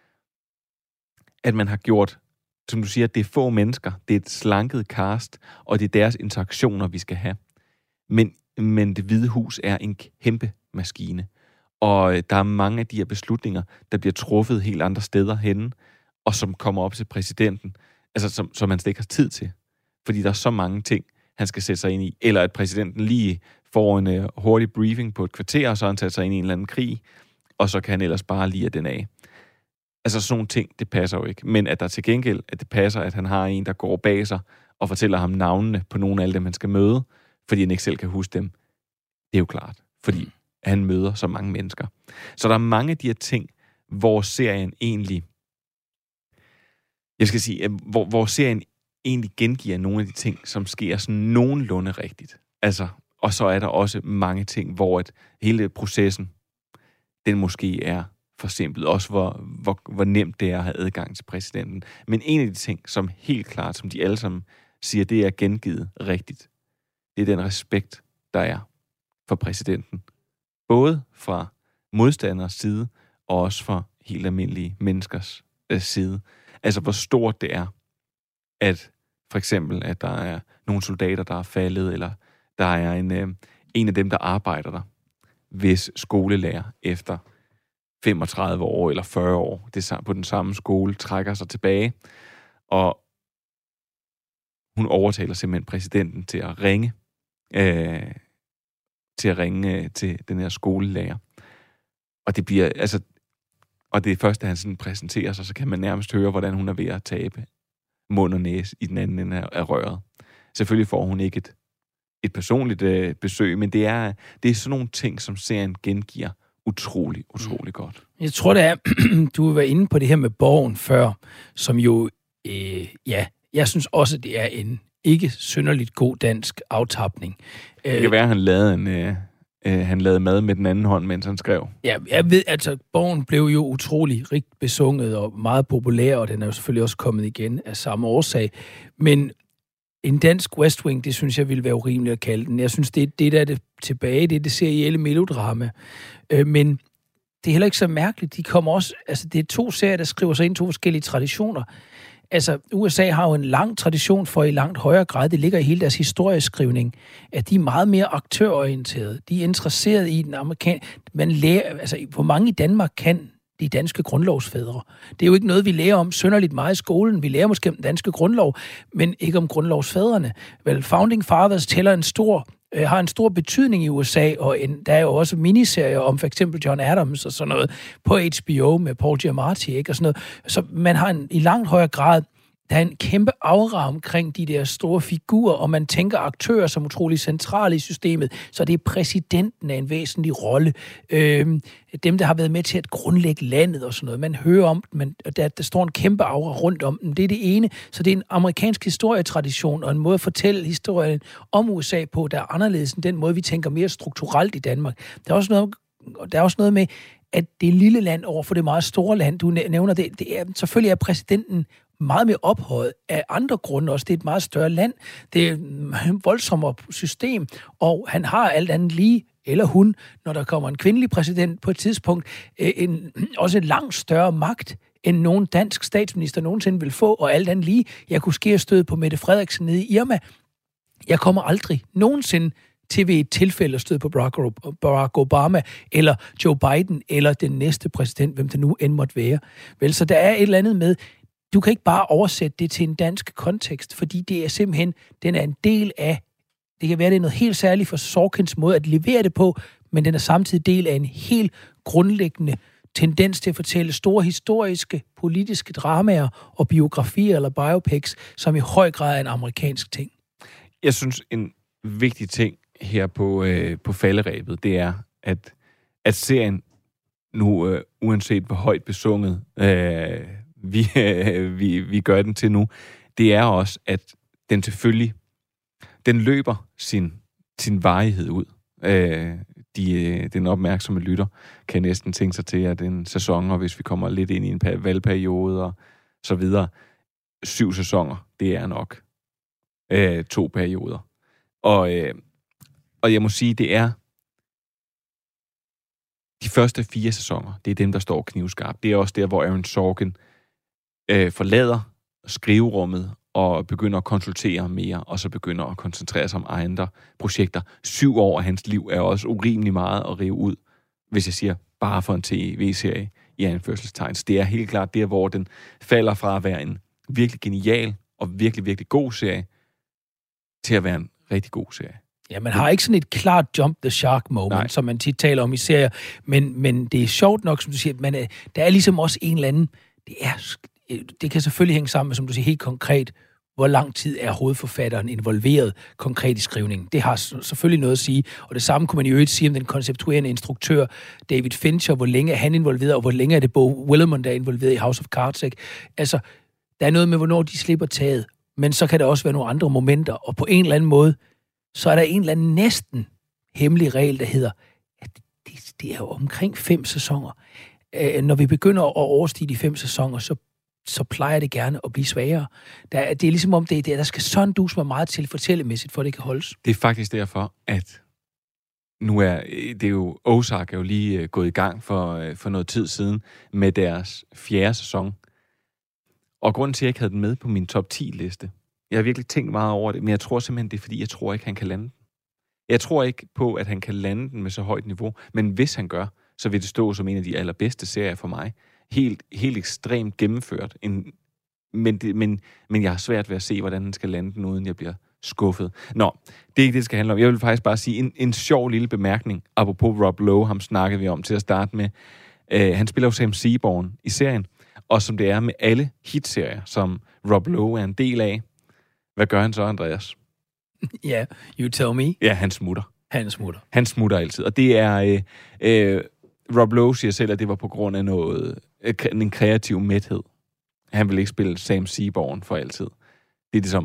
at man har gjort, som du siger, det er få mennesker, det er et slanket cast, og det er deres interaktioner, vi skal have. Men Det Hvide Hus er en kæmpe maskine. Og der er mange af de her beslutninger, der bliver truffet helt andre steder henne, og som kommer op til præsidenten, altså som han slet ikke har tid til. Fordi der er så mange ting, han skal sætte sig ind i. Eller at præsidenten lige får en hurtig briefing på et kvarter, og så han tager sig ind i en eller anden krig, og så kan han ellers bare lide den af. Altså sådan nogle ting, det passer jo ikke. Men at der til gengæld, at det passer, at han har en, der går bag sig og fortæller ham navnene på nogle af alle dem, han skal møde, fordi han ikke selv kan huske dem. Det er jo klart, fordi han møder så mange mennesker. Så der er mange af de her ting, hvor serien egentlig... Jeg skal sige, hvor serien egentlig gengiver nogle af de ting, som sker sådan nogenlunde rigtigt. Altså, og så er der også mange ting, hvor at hele processen, den måske er forsimplet. Også hvor nemt det er at have adgang til præsidenten. Men en af de ting, som helt klart, som de alle sammen siger, det er gengivet rigtigt. Det er den respekt, der er for præsidenten. Både fra modstanders side, og også fra helt almindelige menneskers side. Altså, hvor stort det er, at for eksempel, at der er nogle soldater, der er faldet, eller der er en af dem, der arbejder der, hvis skolelærer efter 35 år eller 40 år på den samme skole trækker sig tilbage, og hun overtaler simpelthen præsidenten til at ringe til den her skolelærer. Og det bliver, altså, og det er først, da han sådan præsenterer sig, så kan man nærmest høre, hvordan hun er ved at tabe mund og næse i den anden ende af røret. Selvfølgelig får hun ikke et personligt besøg, men det er sådan nogle ting, som serien gengiver utrolig godt. Jeg tror, det er, du var inde på det her med Borgen før, som jo, jeg synes også, det er en ikke synderligt god dansk aftapning. Det kan være, at han lavede mad med den anden hånd, mens han skrev. Ja, jeg ved, altså, Borgen blev jo utrolig rigt besunget og meget populær, og den er jo selvfølgelig også kommet igen af samme årsag. Men en dansk West Wing, det synes jeg ville være urimeligt at kalde den. Jeg synes, det der er det tilbage, det serielle melodrama. Men det er heller ikke så mærkeligt. De kommer også, altså det er 2 serier, der skriver sig ind 2 forskellige traditioner. Altså, USA har jo en lang tradition for i langt højere grad, det ligger i hele deres historieskrivning, at de er meget mere aktørorienterede. De er interesseret i den amerikanske... Man lærer, altså, hvor mange i Danmark kan de danske grundlovsfædre. Det er jo ikke noget, vi lærer om synderligt meget i skolen. Vi lærer måske om den danske grundlov, men ikke om grundlovsfædrene. Vel, Founding Fathers har en stor betydning i USA, og der er jo også miniserier om for eksempel John Adams og sådan noget på HBO med Paul Giamatti, ikke? Og sådan noget. Så man har i langt højere grad, der er en kæmpe aura omkring de der store figurer, og man tænker aktører som utrolig centrale i systemet, så det er præsidenten af en væsentlig rolle. Dem, der har været med til at grundlægge landet og sådan noget, man hører om dem, der står en kæmpe aura rundt om dem. Det er det ene. Så det er en amerikansk historietradition, og en måde at fortælle historien om USA på, der er anderledes end den måde, vi tænker mere strukturelt i Danmark. Der er også noget med, at det lille land over for det meget store land, du nævner det er, selvfølgelig er præsidenten meget mere ophøjet af andre grunde også. Det er et meget større land. Det er et voldsommere system, og han har alt andet lige, eller hun, når der kommer en kvindelig præsident på et tidspunkt, også en langt større magt, end nogen dansk statsminister nogensinde vil få, og alt andet lige. Jeg kunne ske støde på Mette Frederiksen nede i Irma. Jeg kommer aldrig nogensinde til ved et tilfælde at støde på Barack Obama, eller Joe Biden, eller den næste præsident, hvem det nu end måtte være. Vel, så der er et eller andet med, du kan ikke bare oversætte det til en dansk kontekst, fordi det er simpelthen, den er en del af, det kan være, det er noget helt særligt for Sorkins måde at levere det på, men den er samtidig del af en helt grundlæggende tendens til at fortælle store historiske, politiske dramaer og biografier eller biopics, som i høj grad er en amerikansk ting. Jeg synes, en vigtig ting her på falderebet, det er, at serien nu, uanset hvor højt besunget vi gør den til nu, det er også, at den selvfølgelig, den løber sin varighed ud. Den opmærksomme lytter kan næsten tænke sig til, at en sæson, og hvis vi kommer lidt ind i en valgperiode og så videre, 7 sæsoner, det er nok 2 perioder. Og jeg må sige, det er de første 4 sæsoner, det er dem, der står knivskarpt. Det er også der, hvor Aaron Sorkin forlader skriverummet og begynder at konsultere mere, og så begynder at koncentrere sig om andre projekter. 7 år af hans liv er også urimelig meget at rive ud hvis jeg siger bare for en tv-serie i anførselstegn. Det er helt klart der, hvor den falder fra at være en virkelig genial og virkelig, virkelig god serie, til at være en rigtig god serie. Ja, man har ikke sådan et klart jump the shark moment, som man tit taler om i serier, men det er sjovt nok, som du siger, at der er ligesom også en eller anden, det kan selvfølgelig hænge sammen med, som du siger, helt konkret, hvor lang tid er hovedforfatteren involveret konkret i skrivningen. Det har selvfølgelig noget at sige, og det samme kunne man i øvrigt sige om den konceptuerende instruktør David Fincher, hvor længe er han involveret, og hvor længe er det Bo Willimon, der er involveret i House of Cards, ikke? Altså, der er noget med, hvornår de slipper taget, men så kan der også være nogle andre momenter, og på en eller anden måde, så er der en eller anden næsten hemmelig regel, der hedder, at det er jo omkring 5 sæsoner. Når vi begynder at overstige de 5 sæsoner, så plejer det gerne at blive svagere. Det er ligesom om, der skal sådan dus mig meget til fortællemæssigt, for det kan holdes. Det er faktisk derfor, at nu det er jo, Ozark er jo lige gået i gang for noget tid siden med deres 4. sæson. Og grunden til, at jeg ikke havde den med på min top 10-liste, jeg har virkelig tænkt meget over det, men jeg tror simpelthen, det er, fordi jeg tror ikke, han kan lande den. Jeg tror ikke på, at han kan lande den med så højt niveau, men hvis han gør, så vil det stå som en af de allerbedste serier for mig. Helt ekstremt gennemført. Men jeg har svært ved at se, hvordan den skal lande den, uden jeg bliver skuffet. Nå, det er ikke det, det skal handle om. Jeg vil faktisk bare sige en sjov lille bemærkning. Apropos Rob Lowe, ham snakkede vi om til at starte med. Han spiller jo Sam Seaborn i serien, og som det er med alle hitserier, som Rob Lowe er en del af. Hvad gør han så, Andreas? Ja, yeah, you tell me. Ja, han smutter. Han smutter altid. Og det er... Rob Lowe siger selv, at det var på grund af en kreativ mæthed. Han vil ikke spille Sam Seaborn for altid. Det er det,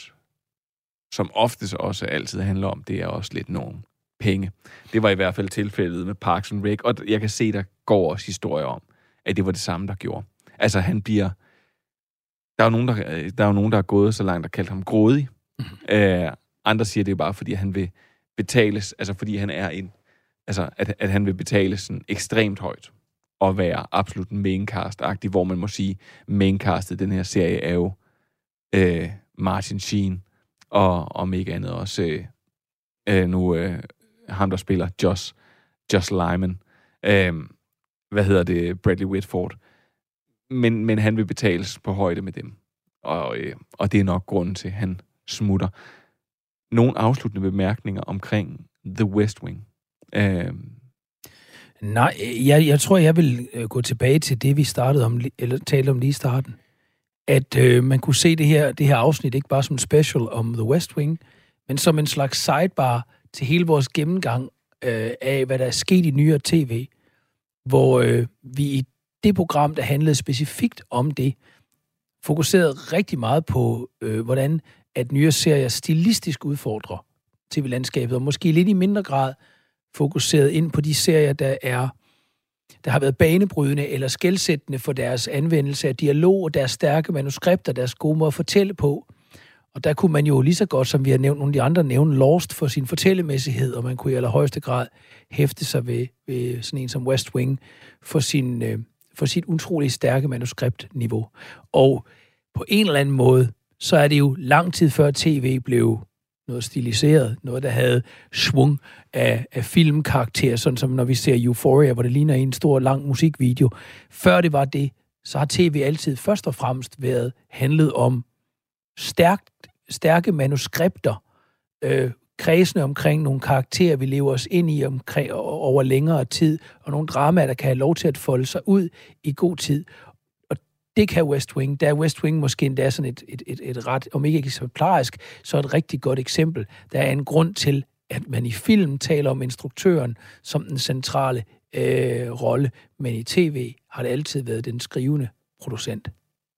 som oftest også altid handler om, det er også lidt nogle penge. Det var i hvert fald tilfældet med Parks and Rec, og jeg kan se, der går også historier om, at det var det samme, der gjorde. Altså, han bliver... Der er jo nogen, der er gået så langt, der kaldte ham grådig. Andre siger, det er bare, fordi han vil betales, altså fordi han er at han vil betale sådan ekstremt højt og være absolut maincast-agtig, hvor man må sige, maincastet den her serie er jo Martin Sheen og om ikke andet også ham, der spiller Josh Lyman. Bradley Whitford. Men han vil betales på højde med dem. Og det er nok grunden til, at han smutter. Nogle afsluttende bemærkninger omkring The West Wing. Nej, jeg tror, jeg vil gå tilbage til det, vi startede om, eller talte om lige i starten. At man kunne se det her afsnit ikke bare som en special om The West Wing, men som en slags sidebar til hele vores gennemgang af, hvad der er sket i nyere tv, hvor vi i det program, der handlede specifikt om det, fokuserede rigtig meget på, hvordan at nyere serier stilistisk udfordrer tv-landskabet, og måske lidt i mindre grad fokuseret ind på de serier, der har været banebrydende eller skelsættende for deres anvendelse af dialog og deres stærke manuskripter, deres gode måde at fortælle på. Og der kunne man jo lige så godt, som vi har nævnt, nogle af de andre nævne Lost for sin fortællemæssighed, og man kunne i allerhøjeste grad hæfte sig ved sådan en som West Wing for sit utroligt stærke manuskriptniveau. Og på en eller anden måde, så er det jo lang tid før tv blev noget stiliseret, noget, der havde svung af filmkarakter, sådan som når vi ser Euphoria, hvor det ligner en stor, lang musikvideo. Før det var det, så har tv altid først og fremmest været handlet om stærke manuskripter, kredsende omkring nogle karakterer, vi lever os ind i over længere tid, og nogle dramaer, der kan have lov til at folde sig ud i god tid. Og det kan West Wing. Der er West Wing måske endda sådan et ret, om ikke eksemplarisk, så et rigtig godt eksempel. Der er en grund til, at man i film taler om instruktøren som den centrale rolle, men i tv har det altid været den skrivende producent.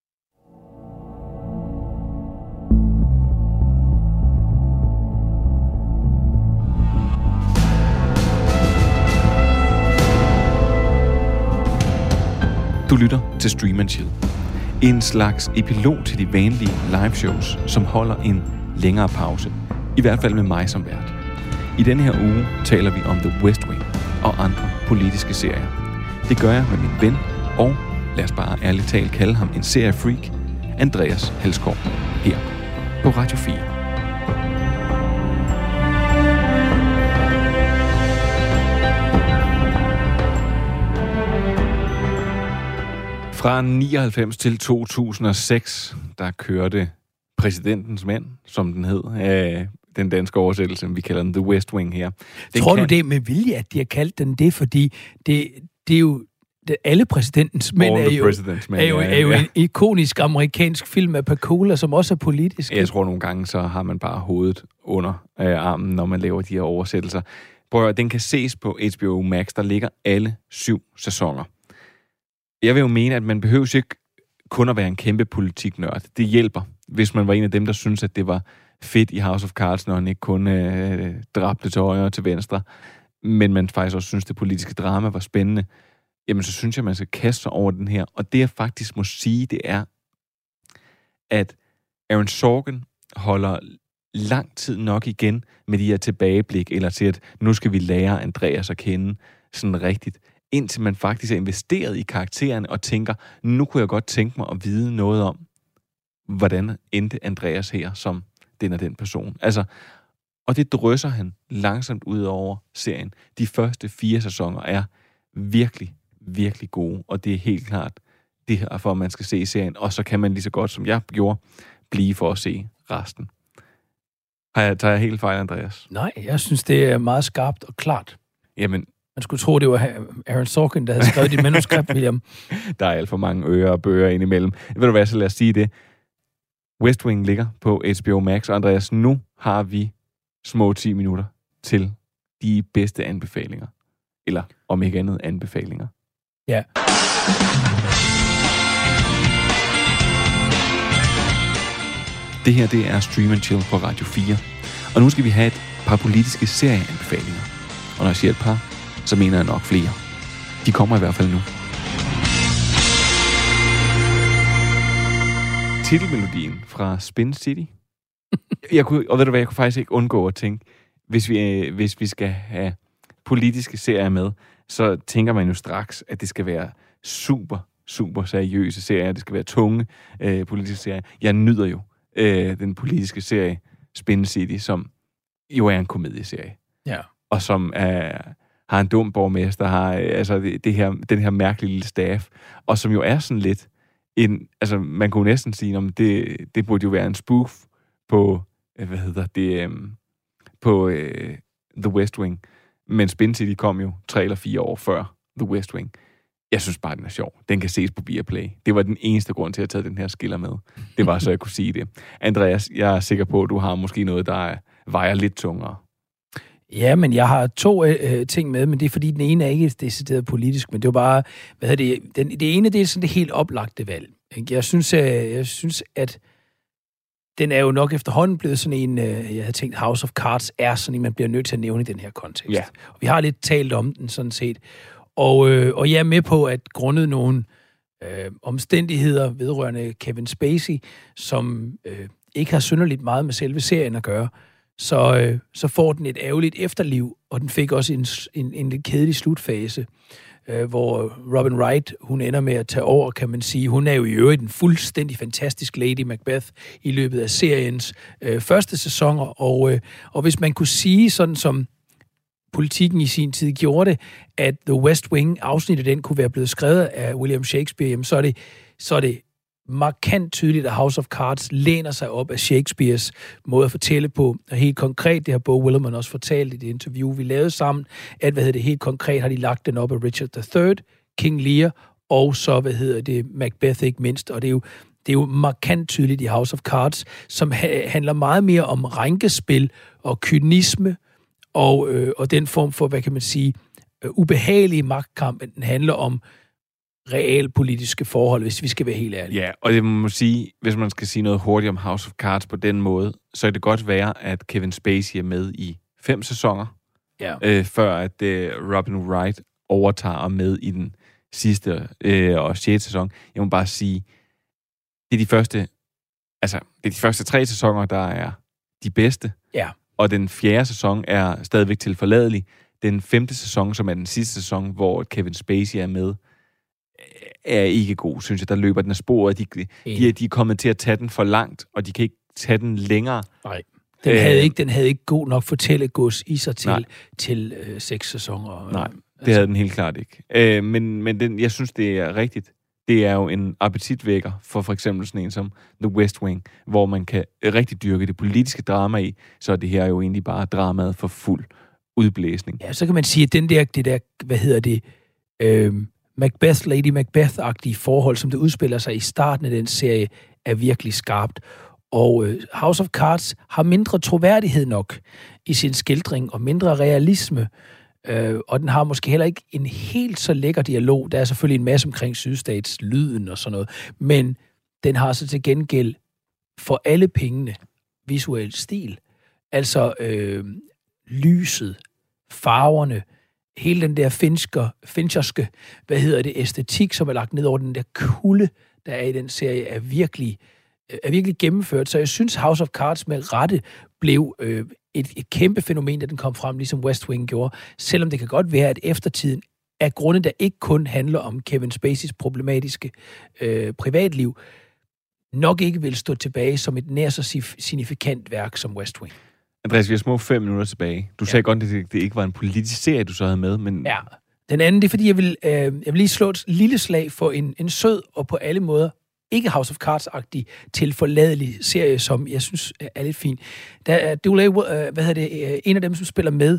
Du lytter til Stream & Chill. En slags epilog til de vanlige liveshows, som holder en længere pause. I hvert fald med mig som vært. I denne her uge taler vi om The West Wing og andre politiske serier. Det gør jeg med min ven og, lad os bare ærligt talt kalde ham en seriefreak, Andreas Halskov, her på Radio 4. Fra 99 til 2006, der kørte Præsidentens Mænd, som den hed, den danske oversættelse, vi kalder den The West Wing her. Tror du det med vilje, at de har kaldt den det? Fordi det er jo... Alle Præsidentens Mænd er jo en ikonisk amerikansk film af Pakula, som også er politisk. Jeg tror nogle gange, så har man bare hovedet under armen, når man laver de her oversættelser. Prøv, den kan ses på HBO Max. Der ligger alle 7 sæsoner. Jeg vil jo mene, at man behøver ikke kun at være en kæmpe politiknørd. Det hjælper, hvis man var en af dem, der synes, at det var fedt i House of Cards, når han ikke kun dræbte til højre og til venstre, men man faktisk også synes, det politiske drama var spændende. Jamen, så synes jeg, man skal kaste sig over den her. Og det, jeg faktisk må sige, det er, at Aaron Sorkin holder lang tid nok igen med de her tilbageblik, eller til, at nu skal vi lære Andreas at kende sådan rigtigt, indtil man faktisk er investeret i karaktererne og tænker, nu kunne jeg godt tænke mig at vide noget om, hvordan endte Andreas her som den og den person. Altså, og det drysser han langsomt ud over serien. De første 4 sæsoner er virkelig, virkelig gode, og det er helt klart det her, for at man skal se serien, og så kan man lige så godt, som jeg gjorde, blive for at se resten. Tager jeg helt fejl, Andreas? Nej, jeg synes, det er meget skarpt og klart. Jamen, man skulle tro, det var Aaron Sorkin, der havde skrevet dit manuskript, William. Der er alt for mange ører og bøger indimellem. Ved du hvad, så lad os sige det. West Wing ligger på HBO Max, og Andreas, nu har vi små 10 minutter til de bedste anbefalinger. Eller om ikke andet anbefalinger. Ja. Det her, det er Stream & Chill på Radio 4. Og nu skal vi have et par politiske serieanbefalinger. Og når jeg siger et par, så mener jeg nok flere. De kommer i hvert fald nu. Titelmelodien fra Spin City. Og ved du hvad, jeg kunne faktisk ikke undgå at tænke, hvis vi skal have politiske serier med, så tænker man jo straks, at det skal være super, super seriøse serier. Det skal være tunge politiske serier. Jeg nyder jo den politiske serie Spin City, som jo er en komedieserie. Ja. Og som har en dum borgmester, har den her mærkelige lille staff, og som jo er sådan lidt man kunne næsten sige, om det burde jo være en spoof på The West Wing. Men Spin City kom jo 3 eller 4 år før The West Wing. Jeg synes bare, den er sjov. Den kan ses på Viaplay. Det var den eneste grund til, at jeg taget den her skiller med. Det var så, jeg kunne sige det. Andreas, jeg er sikker på, at du har måske noget, der vejer lidt tungere. Ja, men jeg har 2 ting med, men det er fordi, den ene er ikke decideret politisk, men det var bare, det ene, det er sådan det helt oplagte valg. Jeg synes, at den er jo nok efterhånden blevet sådan en, jeg havde tænkt, House of Cards er sådan en, man bliver nødt til at nævne i den her kontekst. Ja. Og vi har lidt talt om den sådan set. Og jeg er med på, at grundet nogle omstændigheder vedrørende Kevin Spacey, som ikke har synderligt meget med selve serien at gøre, så får den et ærgerligt efterliv, og den fik også en lidt kedelig slutfase, hvor Robin Wright, hun ender med at tage over, kan man sige. Hun er jo i øvrigt en fuldstændig fantastisk Lady Macbeth i løbet af seriens første sæsoner, og hvis man kunne sige, sådan som Politikken i sin tid gjorde det, at The West Wing-afsnittet, den kunne være blevet skrevet af William Shakespeare, jamen så er det markant tydeligt, at House of Cards læner sig op af Shakespeares måde at fortælle på. Og helt konkret, det har Bo Willimon også fortalt i det interview, vi lavede sammen, at helt konkret har de lagt den op af Richard III, King Lear, og så, Macbeth ikke mindst. Og det er jo markant tydeligt i House of Cards, som handler meget mere om rænkespil og kynisme, og den form for, hvad kan man sige, ubehagelig magtkamp, den handler om realpolitiske forhold, hvis vi skal være helt ærlige. Ja, og det må sige, hvis man skal sige noget hurtigt om House of Cards på den måde, så kan det godt være, at Kevin Spacey er med i 5 sæsoner, før at Robin Wright overtager og med i den sidste og 6. sæson. Jeg må bare sige, det er de første 3 sæsoner, der er de bedste. Ja. Og den 4. sæson er stadigvæk tilforladelig. Den 5. sæson, som er den sidste sæson, hvor Kevin Spacey er med, er ikke god, synes jeg. Der løber den af sporet. De er kommet til at tage den for langt, og de kan ikke tage den længere. Nej. Den havde ikke god nok fortællegods i sig til 6 sæsoner. Nej, det havde den helt klart ikke. Men jeg synes, det er rigtigt. det er jo en appetitvækker for eksempel sådan en som The West Wing, hvor man kan rigtig dyrke det politiske drama i, så det her er jo egentlig bare dramaet for fuld udblæsning. Ja, så kan man sige, at det der, Lady Macbeth-agtige forhold, som det udspiller sig i starten af den serie, er virkelig skarpt. Og House of Cards har mindre troværdighed nok i sin skildring, og mindre realisme. Og den har måske heller ikke en helt så lækker dialog. Der er selvfølgelig en masse omkring sydstats lyden og sådan noget. Men den har så til gengæld for alle pengene visuel stil. Altså lyset, farverne, hele den der fincherske, æstetik, som er lagt ned over den der kulde, der er i den serie, er virkelig gennemført. Så jeg synes, House of Cards med rette blev et kæmpe fænomen, da den kom frem, ligesom West Wing gjorde. Selvom det kan godt være, at eftertiden af grunde, der ikke kun handler om Kevin Spaceys problematiske privatliv, nok ikke vil stå tilbage som et nær så signifikant værk som West Wing. Andreas, vi har små 5 minutter tilbage. Du sagde godt, at det ikke var en politisk serie, du så havde med, men... Ja. Den anden, det er, fordi jeg vil lige slå et lille slag for en sød og på alle måder ikke House of Cards-agtig tilforladelig serie, som jeg synes er lidt fin. Der er en af dem, som spiller med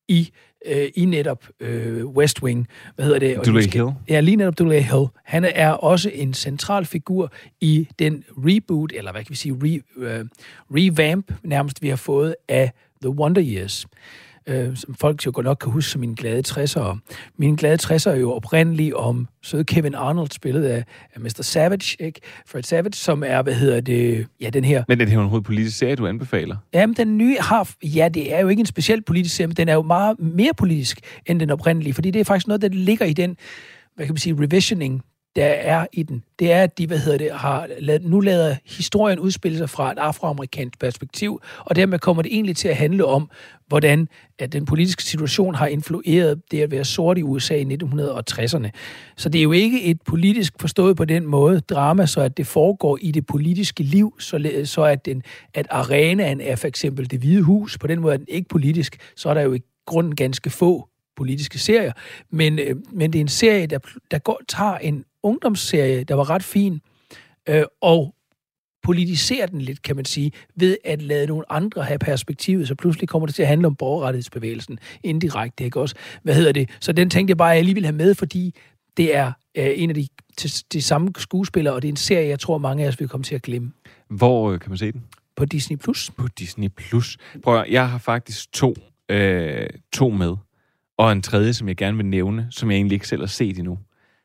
i netop West Wing. Dulé Hill? Ja, lige netop Dulé Hill. Han er også en central figur i den reboot, eller hvad kan vi sige, revamp nærmest, vi har fået af The Wonder Years. Som folk jo godt nok kan huske som mine glade 60'ere. Mine glade 60'ere er jo oprindeligt om søde Kevin Arnold, spillet af Mr. Savage, ikke? Fred Savage, som er, den her... Men det er jo en hovedpolitisk serie, du anbefaler. Jamen, den nye det er jo ikke en speciel politisk serie, men den er jo meget mere politisk end den oprindelige, fordi det er faktisk noget, der ligger i den, hvad kan man sige, revisioning, der er i den. Det er, at de, nu lader historien udspille sig fra et afroamerikansk perspektiv, og dermed kommer det egentlig til at handle om, hvordan at den politiske situation har influeret det at være sort i USA i 1960'erne. Så det er jo ikke et politisk forstået på den måde drama, så at det foregår i det politiske liv, så at arenaen er for eksempel Det Hvide Hus. På den måde er den ikke politisk, så er der jo i grunden ganske få politiske serier, men det er en serie, der tager en ungdomsserie, der var ret fin, og politiserer den lidt, kan man sige, ved at lade nogle andre have perspektivet, så pludselig kommer det til at handle om borgerrettighedsbevægelsen indirekte, ikke også? Så den tænkte jeg bare, at jeg lige ville have med, fordi det er en af de samme skuespillere, og det er en serie, jeg tror, mange af os vil komme til at glemme. Hvor kan man se den? På Disney+. På Disney+. Prøv at, jeg har faktisk to med, og en tredje, som jeg gerne vil nævne, som jeg egentlig ikke selv har set endnu.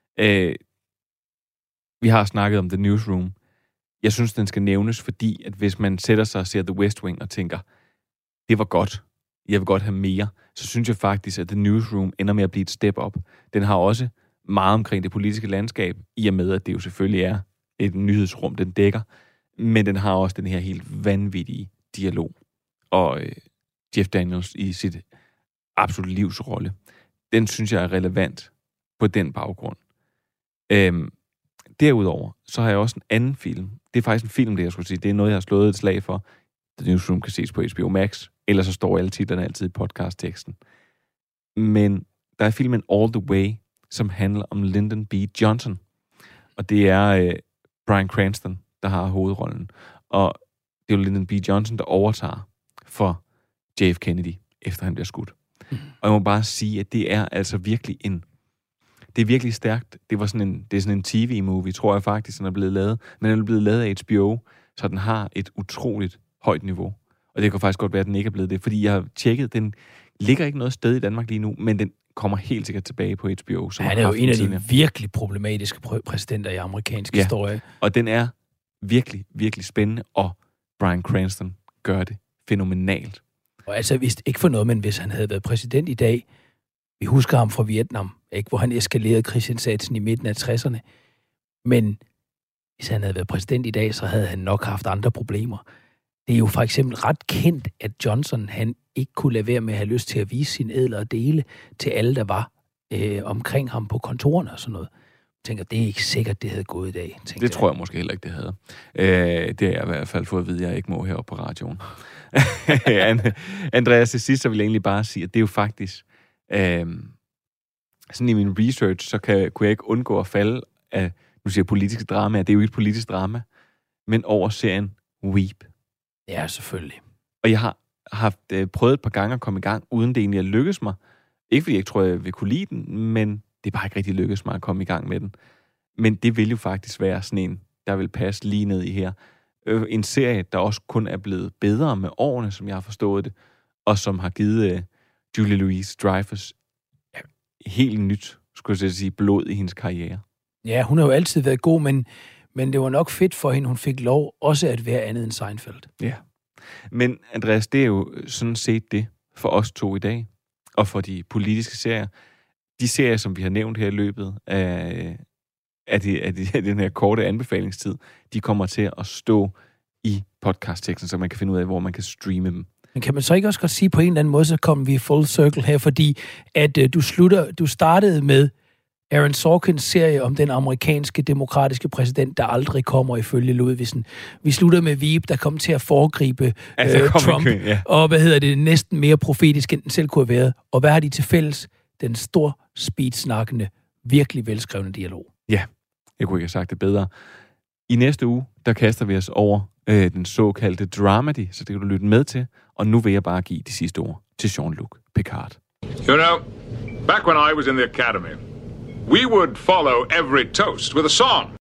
Vi har snakket om The Newsroom. Jeg synes, den skal nævnes, fordi at hvis man sætter sig og ser The West Wing og tænker, det var godt, jeg vil godt have mere, så synes jeg faktisk, at The Newsroom ender med at blive et step up. Den har også meget omkring det politiske landskab, i og med, at det jo selvfølgelig er et nyhedsrum, den dækker, men den har også den her helt vanvittige dialog. Og Jeff Daniels i sit absolut livsrolle, den synes jeg er relevant på den baggrund. Derudover, så har jeg også en anden film. Det er faktisk en film, det jeg skulle sige. Det er noget, jeg har slået et slag for. The Newsroom kan ses på HBO Max. Ellers så står alle titlerne altid i podcastteksten. Men der er filmen All the Way, som handler om Lyndon B. Johnson. Og det er Bryan Cranston, der har hovedrollen. Og det er jo Lyndon B. Johnson, der overtager for JF Kennedy, efter han bliver skudt. Og jeg må bare sige, at det er altså virkelig det er virkelig stærkt. Det er sådan en TV-movie, tror jeg faktisk, den er blevet lavet. Men den er blevet lavet af HBO, så den har et utroligt højt niveau. Og det kan faktisk godt være, at den ikke er blevet det. Fordi jeg har tjekket, den ligger ikke noget sted i Danmark lige nu, men den kommer helt sikkert tilbage på HBO. Han er jo en af de virkelig problematiske præsidenter i amerikansk historie. Og den er virkelig, virkelig spændende, og Bryan Cranston gør det fænomenalt. Og altså, ikke for noget, men hvis han havde været præsident i dag, vi husker ham fra Vietnam, ikke, hvor han eskalerede krigsindsatsen i midten af 60'erne. Men hvis han havde været præsident i dag, så havde han nok haft andre problemer. Det er jo for eksempel ret kendt, at Johnson, han ikke kunne lade være med at have lyst til at vise sine edlere dele til alle, der var omkring ham på kontorerne og sådan noget. Jeg tænker, det er ikke sikkert, det havde gået i dag. Det tror jeg måske heller ikke, det havde. Det har jeg i hvert fald fået at vide, at jeg ikke må heroppe på radioen. Andreas, til sidst så vil jeg egentlig bare sige, at det er jo faktisk... sådan i min research, så kunne jeg ikke undgå at falde af nu siger jeg politiske dramaer, det er jo ikke et politisk drama, men over serien Veep. Ja, selvfølgelig. Og jeg har haft prøvet et par gange at komme i gang, uden det egentlig at lykkes mig. Ikke fordi jeg ikke tror, jeg vil kunne lide den, men det er bare ikke rigtig lykkedes mig at komme i gang med den. Men det vil jo faktisk være sådan en, der vil passe lige ned i her. En serie, der også kun er blevet bedre med årene, som jeg har forstået det, og som har givet Julia Louis-Dreyfus helt nyt, skulle jeg sige, blod i hendes karriere. Ja, hun har jo altid været god, men det var nok fedt for hende, hun fik lov også at være andet end Seinfeld. Ja. Men Andreas, det er jo sådan set det for os to i dag, og for de politiske serier. De serier, som vi har nævnt her i løbet af den her korte anbefalingstid, de kommer til at stå i podcastteksten, så man kan finde ud af, hvor man kan streame dem. Men kan man så ikke også godt sige, på en eller anden måde, så kommer vi full circle her, fordi at du startede med Aaron Sorkins serie om den amerikanske demokratiske præsident, der aldrig kommer ifølge Ludvigsen. Vi slutter med Veep, der kom til at foregribe Trump, og næsten mere profetisk, end den selv kunne have været. Og hvad har de til fælles? Den stor, speedsnakkende, virkelig velskrevne dialog. Ja, jeg kunne ikke have sagt det bedre. I næste uge, der kaster vi os over den såkaldte dramedy, så det kan du lytte med til. Og nu vil jeg bare give de sidste ord til Jean-Luc Picard. You know, back when I was in the academy, we would follow every toast with a song.